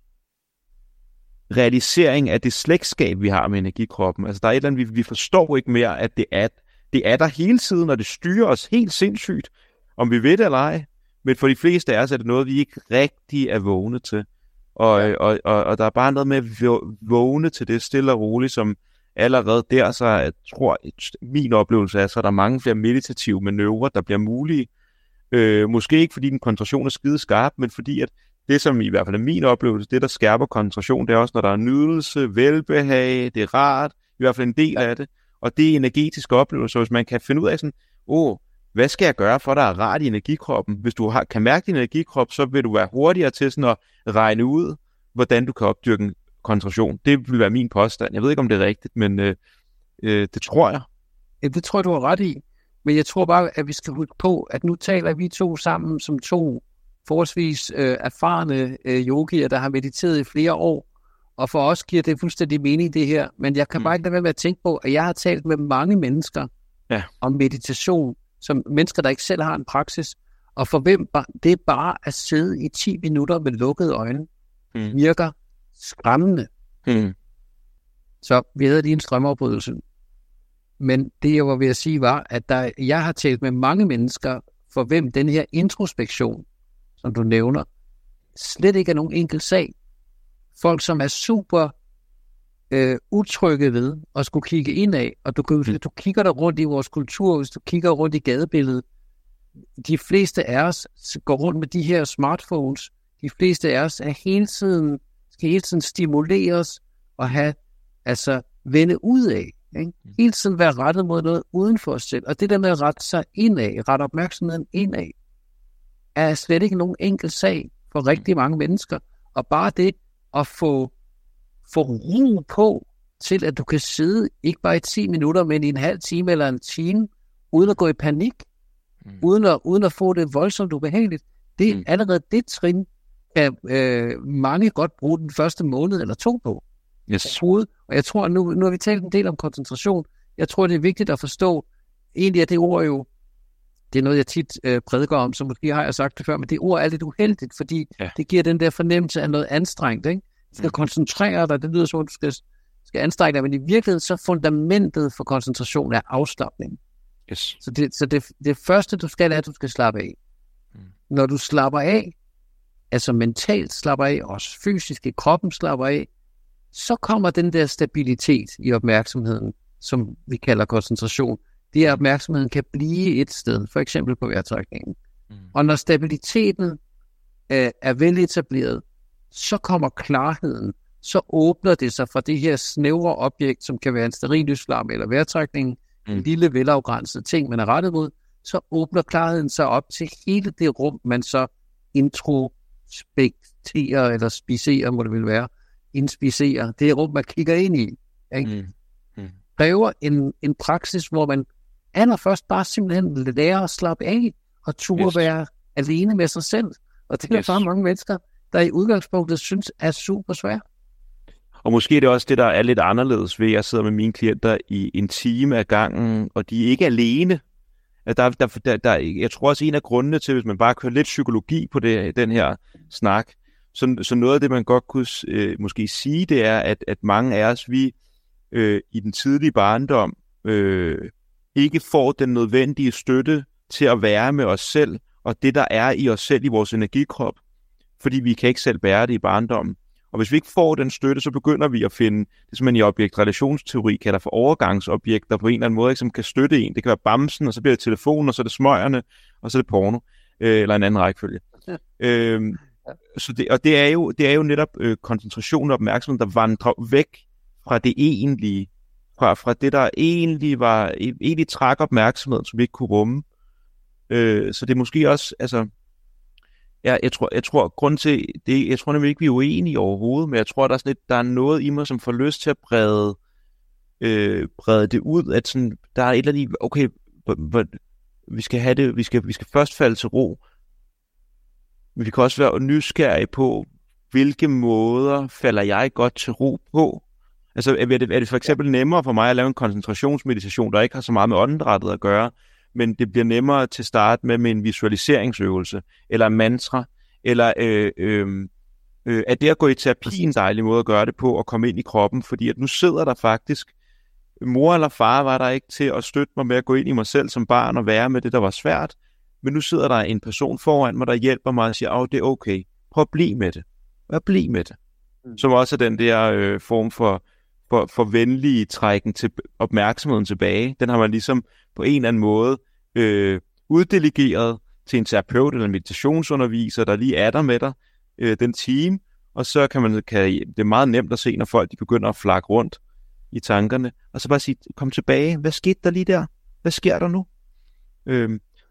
realisering af det slægtskab, vi har med energikroppen. Altså der er et eller andet, vi, vi forstår ikke mere, at det er, det er der hele tiden, og det styrer os helt sindssygt, om vi ved det eller ej. Men for de fleste af os er det noget, vi ikke rigtig er vågne til. Og, ja. og, og, og der er bare noget med at vågne til det stille og roligt, som allerede der, så jeg tror, min oplevelse er, så er der mange flere meditative manøvrer, der bliver mulige. Øh, måske ikke fordi den koncentration er skide skarp, men fordi at det, som i hvert fald er min oplevelse, det der skærper koncentration, det er også, når der er nydelse, velbehag, det er rart, i hvert fald en del af det, og det er energetiske oplevelser, hvis man kan finde ud af sådan, åh, hvad skal jeg gøre for, at der er rart i energikroppen? Hvis du har, kan mærke din energikrop, så vil du være hurtigere til sådan at regne ud, hvordan du kan opdyrke en koncentration. Det vil være min påstand. Jeg ved ikke, om det er rigtigt, men øh, øh, det tror jeg. Ja, det tror jeg, du har ret i. Men jeg tror bare, at vi skal huske på, at nu taler vi to sammen som to forholdsvis øh, erfarne øh, yogier, der har mediteret i flere år. Og for os giver det fuldstændig mening, det her. Men jeg kan mm. bare ikke lade være med at tænke på, at jeg har talt med mange mennesker ja. om meditation, som mennesker, der ikke selv har en praksis, og for hvem det er bare at sidde i ti minutter med lukkede øjne, mm. virker skræmmende. Mm. Så vi havde lige en strømafbrydelse. Men det, jeg var ved at sige, var, at der, jeg har talt med mange mennesker, for hvem den her introspektion, som du nævner, slet ikke er nogen enkel sag. Folk, som er super øh, utrygge ved at skulle kigge indad, og du, mm. du kigger der rundt i vores kultur, hvis du kigger rundt i gadebilledet, de fleste af os går rundt med de her smartphones, de fleste af os er hele tiden, skal hele tiden stimuleres og have, altså vende ud af, ikke? Hele tiden være rettet mod noget uden for os selv, og det der med at rette sig indad, rette opmærksomheden indad, er slet ikke nogen enkel sag for rigtig mange mennesker, og bare det at få, få ro på til, at du kan sidde ikke bare i ti minutter, men i en halv time eller en time, uden at gå i panik, mm. uden, at, uden at få det voldsomt ubehageligt. Det er mm. allerede det trin, kan øh, mange godt bruge den første måned eller to på. Yes. Og jeg tror, nu, nu har vi talt en del om koncentration, jeg tror, det er vigtigt at forstå, egentlig er det ord jo, det er noget, jeg tit øh, prædiker om, så måske har jeg sagt det før, men det ord er lidt uheldigt, fordi ja. det giver den der fornemmelse af noget anstrengt, ikke? Du skal mm. koncentrere dig, det lyder som, at du skal, skal anstrenge dig, men i virkeligheden så fundamentet for koncentration er afslapning. Yes. Så, det, så det, det første, du skal, er, at du skal slappe af. Mm. Når du slapper af, altså mentalt slapper af, også fysisk i kroppen slapper af, så kommer den der stabilitet i opmærksomheden, som vi kalder koncentration. Det er, at opmærksomheden kan blive et sted, for eksempel på vejrtrækningen. Mm. Og når stabiliteten øh, er veletableret, så kommer klarheden, så åbner det sig fra det her snævre objekt, som kan være en stearinlysflamme eller vejrtrækningen, mm. en lille velafgrænset ting, man er rettet mod, så åbner klarheden sig op til hele det rum, man så introspekterer eller spiserer, må det vel være, inspicerer. Det er rum, man kigger ind i. Ikke? Mm. Mm. Kræver en, en praksis, hvor man allerførst bare simpelthen lærer at slappe af og turde yes. være alene med sig selv. Og det er yes. bare mange mennesker, der i udgangspunktet synes er super svært. Og måske er det også det, der er lidt anderledes ved, at jeg sidder med mine klienter i en time ad gangen, og de er ikke alene. Der, der, der, der, jeg tror også, en af grundene til, hvis man bare kører lidt psykologi på det, den her snak, så, så noget af det, man godt kunne øh, måske sige, det er, at, at mange af os, vi øh, i den tidlige barndom, øh, ikke får den nødvendige støtte til at være med os selv, og det, der er i os selv, i vores energikrop, fordi vi kan ikke selv bære det i barndommen. Og hvis vi ikke får den støtte, så begynder vi at finde det, som man i objektrelationsteori kalder for overgangsobjekter på en eller anden måde, som kan støtte en. Det kan være bamsen, og så bliver det telefonen, og så er det smøgerne, og så er det porno, øh, eller en anden rækkefølge. Ja. Øhm, så det, og det er jo, det er jo netop øh, koncentration og opmærksomhed, der vandrer væk fra det egentlige, fra, fra det, der egentlig var, egentlig træk opmærksomheden, som vi ikke kunne rumme. Øh, så det er måske også, altså, ja, jeg tror, jeg tror, grund til det, jeg tror nemlig ikke, vi er uenige overhovedet, men jeg tror, der er sådan lidt, der er noget i mig, som får lyst til at brede, øh, brede det ud, at sådan, der er et eller andet, okay, vi skal have det, vi skal, vi skal først falde til ro, men vi kan også være nysgerrige på, hvilke måder falder jeg godt til ro på. Altså, er det, er det for eksempel nemmere for mig at lave en koncentrationsmeditation, der ikke har så meget med åndedrættet at gøre, men det bliver nemmere til start med, med en visualiseringsøvelse, eller en mantra, eller øh, øh, øh, er det at gå i terapi en dejlig måde at gøre det på, og komme ind i kroppen, fordi at nu sidder der faktisk, mor eller far var der ikke til at støtte mig med at gå ind i mig selv som barn, og være med det, der var svært, men nu sidder der en person foran mig, der hjælper mig og siger, åh, det er okay, prøv at blive med det, prøv at blive med det, mm. som også er den der øh, form for, for, for venlige trækken til opmærksomheden tilbage, den har man ligesom på en eller anden måde øh, uddelegeret til en terapeut eller en meditationsunderviser, der lige er der med dig, øh, den time, og så kan man, kan, det er meget nemt at se, når folk de begynder at flakke rundt i tankerne, og så bare sige, kom tilbage, hvad skete der lige der? Hvad sker der nu? Øh,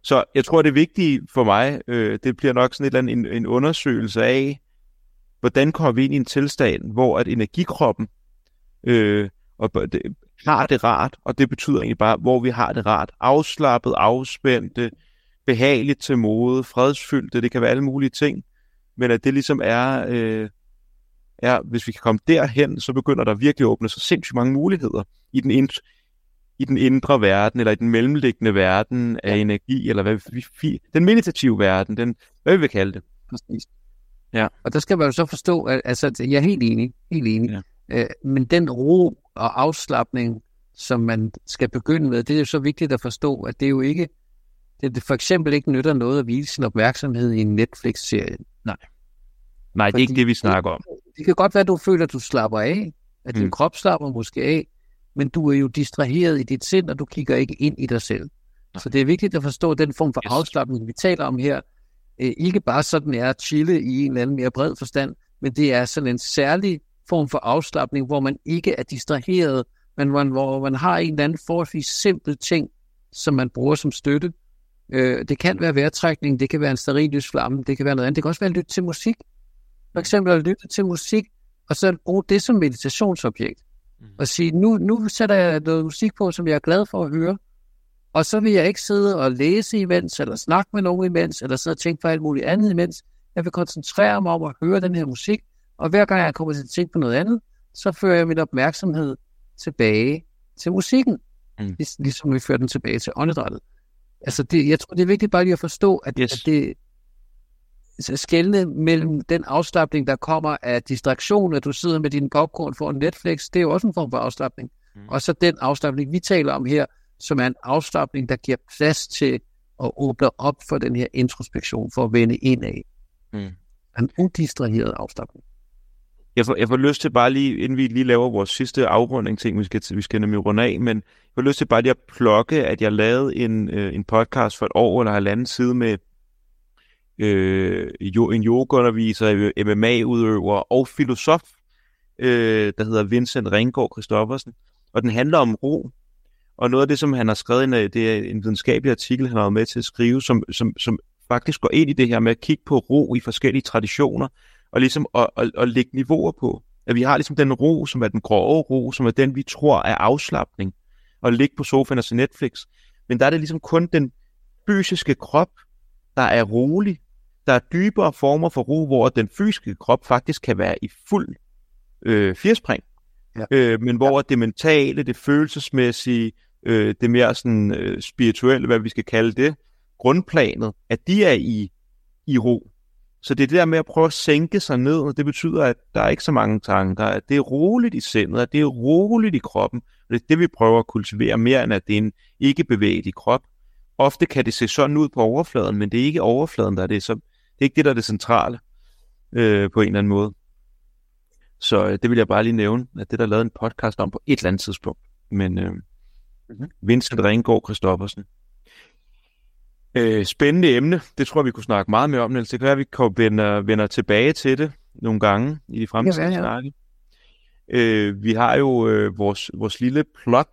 Så jeg tror, det vigtige for mig, øh, det bliver nok sådan et eller andet, en, en undersøgelse af, hvordan kommer vi ind i en tilstand, hvor at energikroppen øh, og det, har det rart, og det betyder egentlig bare, hvor vi har det rart. Afslappet, afspændte, behageligt til mode, fredsfyldte, det kan være alle mulige ting, men at det ligesom er, øh, er, hvis vi kan komme derhen, så begynder der virkelig at åbne sig sindssygt mange muligheder i den, ind, i den indre verden, eller i den mellemliggende verden af energi, eller hvad vi, den meditative verden, den, hvad vi vil kalde det. Præcis. Ja. Og der skal man jo så forstå, at altså, jeg er helt enig, helt enig. Ja. Øh, men den ro og afslapning, som man skal begynde med, det er jo så vigtigt at forstå, at det er jo ikke, det, det for eksempel ikke nytter noget at vise sin opmærksomhed i en Netflix-serie. Nej. Nej, det er ikke det, vi snakker om. Det, det kan godt være, at du føler, at du slapper af, at din mm. krop slapper måske af, men du er jo distraheret i dit sind, og du kigger ikke ind i dig selv. Nej. Så det er vigtigt at forstå den form for yes. afslapning, vi taler om her. Øh, ikke bare sådan er at chille i en eller anden mere bred forstand, men det er sådan en særlig form for afslapning, hvor man ikke er distraheret, men man, hvor man har en eller anden forholdsvis simpel ting, som man bruger som støtte. Øh, det kan være vejrtrækning, det kan være en stearinlysflamme, det kan være noget andet. Det kan også være at lytte til musik. For eksempel at lytte til musik, og så bruge det som meditationsobjekt. Mm. Og sige, nu, nu sætter jeg noget musik på, som jeg er glad for at høre, og så vil jeg ikke sidde og læse imens, eller snakke med nogen imens, eller sidde og tænke på alt muligt andet imens. Jeg vil koncentrere mig om at høre den her musik, og hver gang jeg kommer til at tænke på noget andet, så fører jeg min opmærksomhed tilbage til musikken, mm. ligesom vi fører den tilbage til åndedrættet. Altså, det, jeg tror, det er vigtigt bare lige at forstå, at, yes. at det skelne mellem den afslapning, der kommer af distraktion, at du sidder med din popcorn foran Netflix, det er jo også en form for afslapning. Mm. Og så den afslapning, vi taler om her, som er en afslapning, der giver plads til at åbne op for den her introspektion, for at vende indad. Mm. En udistraheret afslapning. Jeg får, jeg får lyst til bare lige, inden vi lige laver vores sidste afrunding ting, vi skal, vi skal nemlig runde af, men jeg får lyst til bare lige at plukke, at jeg lavede en, øh, en podcast for et år eller halvanden side med øh, en yogaunderviser, M M A-udøver og filosof, øh, der hedder Vincent Ringgaard Christoffersen, og den handler om ro. Og noget af det, som han har skrevet, det er en videnskabelig artikel, han har været med til at skrive, som, som, som faktisk går ind i det her med at kigge på ro i forskellige traditioner, og ligesom at, at, at lægge niveauer på. At vi har ligesom den ro, som er den grove ro, som er den, vi tror er afslapning, og ligge på sofaen og se Netflix. Men der er det ligesom kun den fysiske krop, der er rolig. Der er dybere former for ro, hvor den fysiske krop faktisk kan være i fuld øh, firspring. Ja. Øh, men hvor ja. det mentale, det følelsesmæssige, øh, det mere sådan øh, spirituelle, hvad vi skal kalde det, grundplanet, at de er i, i ro. Så det er det der med at prøve at sænke sig ned, og det betyder, at der er ikke så mange tanker, at det er roligt i sindet, at det er roligt i kroppen, og det er det, vi prøver at kultivere mere, end at det er en ikke-bevægelig krop. Ofte kan det se sådan ud på overfladen, men det er ikke overfladen, der er det, så det er ikke det, der er det centrale øh, på en eller anden måde. Så øh, det vil jeg bare lige nævne, at det der er lavet en podcast om på et eller andet tidspunkt. Men øh, mm-hmm. Vincent Ringgaard Christoffersen. Øh, spændende emne. Det tror jeg, vi kunne snakke meget mere om, Niels. Det kan være, at vi vender, vender tilbage til det nogle gange i de fremtidige ja, ja. snakke. Øh, vi har jo øh, vores, vores lille plug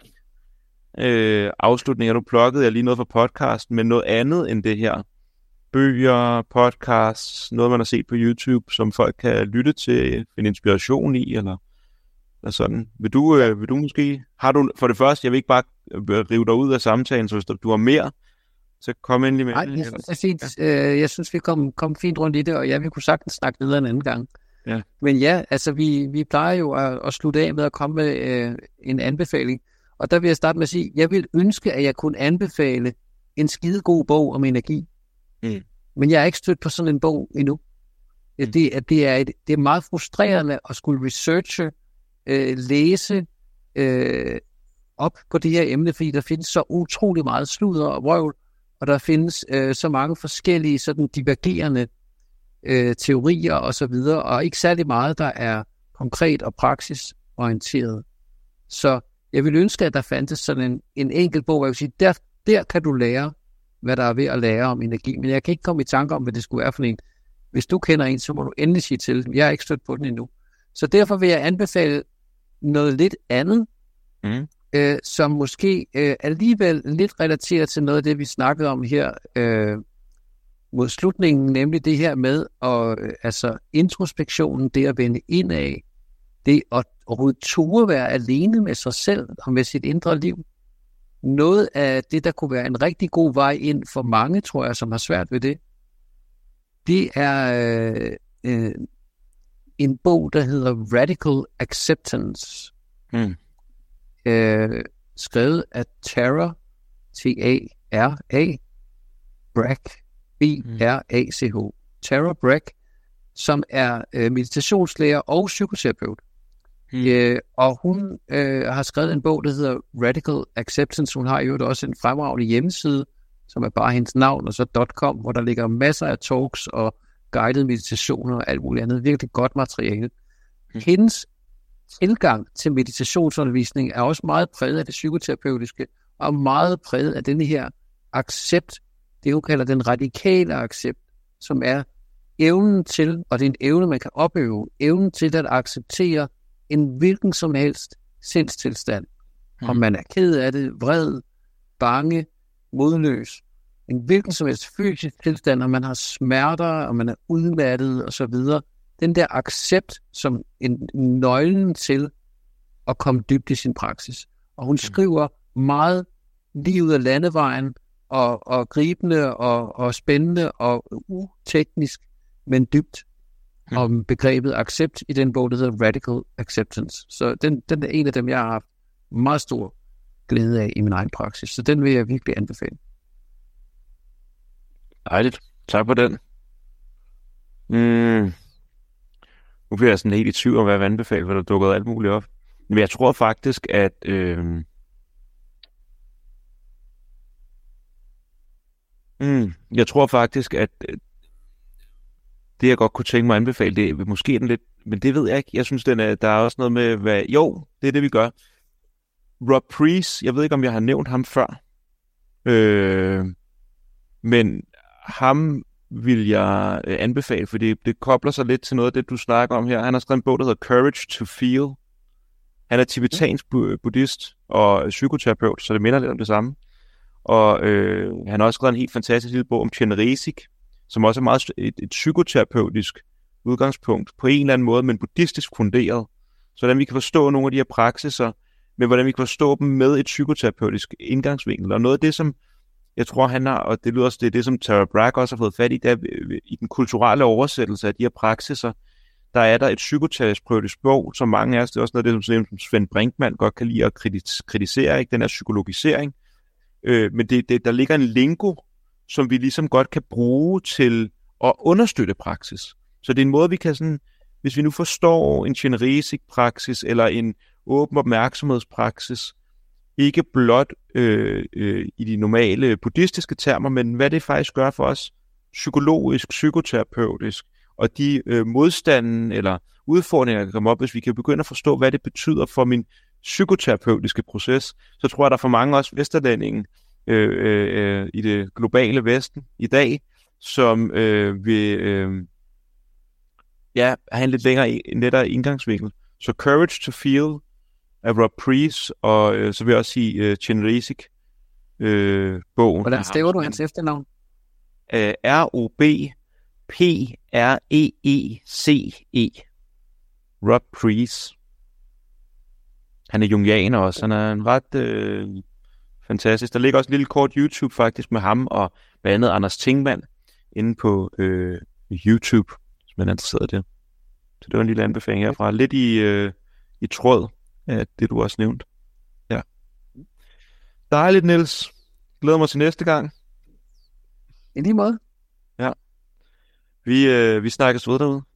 øh, afslutning. Nu pluggede jeg lige noget for podcasten, men noget andet end det her. Bøger, podcasts, noget man har set på YouTube, som folk kan lytte til, finde inspiration i, eller, eller sådan. Vil du, øh, vil du måske, har du, for det første, jeg vil ikke bare rive dig ud af samtalen, så hvis du har mere, så kom endelig med. Nej, jeg synes, det er fint. Ja. Jeg synes, vi kom, kom fint rundt i det, og ja, vi kunne sagtens snakke videre en anden gang. Ja. Men ja, altså vi, vi plejer jo at, at slutte af med at komme med øh, en anbefaling, og der vil jeg starte med at sige, jeg vil ønske, at jeg kunne anbefale en skidegod bog om energi. Mm. Men jeg er ikke stødt på sådan en bog endnu. Mm. Det, det, er et, det er meget frustrerende at skulle researche, øh, læse øh, op på det her emne, fordi der findes så utrolig meget sludder og vrøvl, og der findes øh, så mange forskellige sådan divergerende øh, teorier og så videre, og ikke særlig meget, der er konkret og praksisorienteret. Så jeg vil ønske, at der fandtes sådan en, en enkelt bog, hvor jeg vil sige, der, der kan du lære, hvad der er ved at lære om energi, men jeg kan ikke komme i tanke om, hvad det skulle være for en. Hvis du kender en, så må du endelig sige til. Jeg er ikke stødt på den endnu. Så derfor vil jeg anbefale noget lidt andet, mm. øh, som måske øh, alligevel lidt relaterer til noget af det, vi snakkede om her øh, mod slutningen, nemlig det her med at, øh, altså introspektionen, det at vende indad, det at overhovedet turde være alene med sig selv og med sit indre liv. Noget af det, der kunne være en rigtig god vej ind for mange, tror jeg, som har svært ved det, det er øh, øh, en bog, der hedder Radical Acceptance. Mm. Øh, skrevet af Tara, T A R A, Brach, B R A C H. Tara Brach, som er øh, meditationslærer og psykoterapeut. Mm. Øh, og hun øh, har skrevet en bog, der hedder Radical Acceptance. Hun har jo også en fremragende hjemmeside, som er bare hendes navn, og så .com, hvor der ligger masser af talks og guidede meditationer og alt muligt andet. Virkelig godt materiale. Mm. Hendes tilgang til meditationsundervisning er også meget præget af det psykoterapeutiske, og meget præget af denne her accept, det hun kalder den radikale accept, som er evnen til, og det er en evne, man kan opøve, evnen til at acceptere en hvilken som helst sindstilstand. Mm. Om man er ked af det, vred, bange, modløs, en hvilken som helst fysisk tilstand, om man har smerter, om man er udmattet osv., den der accept som en nøglen til at komme dybt i sin praksis. Og hun skriver meget lige ud af landevejen, og, og gribende, og, og spændende, og uteknisk, men dybt mm. om begrebet accept i den bog, der hedder Radical Acceptance. Så den, den er en af dem, jeg har haft meget stor glæde af i min egen praksis. Så den vil jeg virkelig anbefale. Dejligt. Tak for den. Mm. Nu bliver jeg sådan helt i tvivl om, hvad jeg vil anbefale, for der dukker alt muligt op. Men jeg tror faktisk, at... Øh... Mm. Jeg tror faktisk, at øh... det, jeg godt kunne tænke mig at anbefale, det er måske den lidt... Men det ved jeg ikke. Jeg synes, den er... der er også noget med... Hvad... Jo, det er det, vi gør. Rob Priest, jeg ved ikke, om jeg har nævnt ham før. Øh... Men ham vil jeg øh, anbefale, fordi det kobler sig lidt til noget af det, du snakker om her. Han har skrevet en bog, der hedder Courage to Feel. Han er tibetansk bu- buddhist og psykoterapeut, så det minder lidt om det samme. Og øh, han har også skrevet en helt fantastisk lille bog om Chenrezig, som også er meget et, et psykoterapeutisk udgangspunkt, på en eller anden måde, men buddhistisk funderet. Så hvordan vi kan forstå nogle af de her praksiser, men hvordan vi kan forstå dem med et psykoterapeutisk indgangsvinkel. Og noget af det, som jeg tror, han har, og det lyder også, det er det, som Tara Brach også har fået fat i, der i den kulturelle oversættelse af de her praksiser, der er der et psykoterapeutisk bog, som mange af os, det er også noget af det, som Svend Brinkmann godt kan lide at kritisere, ikke? Den her psykologisering. Øh, men det, det, der ligger en lingo, som vi ligesom godt kan bruge til at understøtte praksis. Så det er en måde, vi kan sådan, hvis vi nu forstår en Chenrezig-praksis, eller en åben opmærksomhedspraksis, ikke blot øh, øh, i de normale buddhistiske termer, men hvad det faktisk gør for os psykologisk, psykoterapeutisk, og de øh, modstanden eller udfordringer, der kommer op, hvis vi kan begynde at forstå, hvad det betyder for min psykoterapeutiske proces, så tror jeg, der er for mange også vesterlændinge øh, øh, i det globale vesten i dag, som øh, vil øh, ja, have en lidt længere, nettere indgangsvinkel. Så Courage to Feel af Rob Priest, og øh, så vil jeg også sige uh, Chenrezig øh, bogen. Hvordan staver du hans efternavn? Uh, R O B P R E E C E. Rob Priest. Han er jungianer også. Han er en ret øh, fantastisk. Der ligger også en lille kort YouTube faktisk med ham og blandt andet Anders Tingmann inde på øh, YouTube, hvis man er interesseret i det. Så det var en lille anbefaling herfra. Lidt i, øh, i tråd af det, du også nævnt. Ja. Dejligt, Niels. Glæder mig til næste gang. I lige måde. Ja. Vi, øh, vi snakkes ved derude.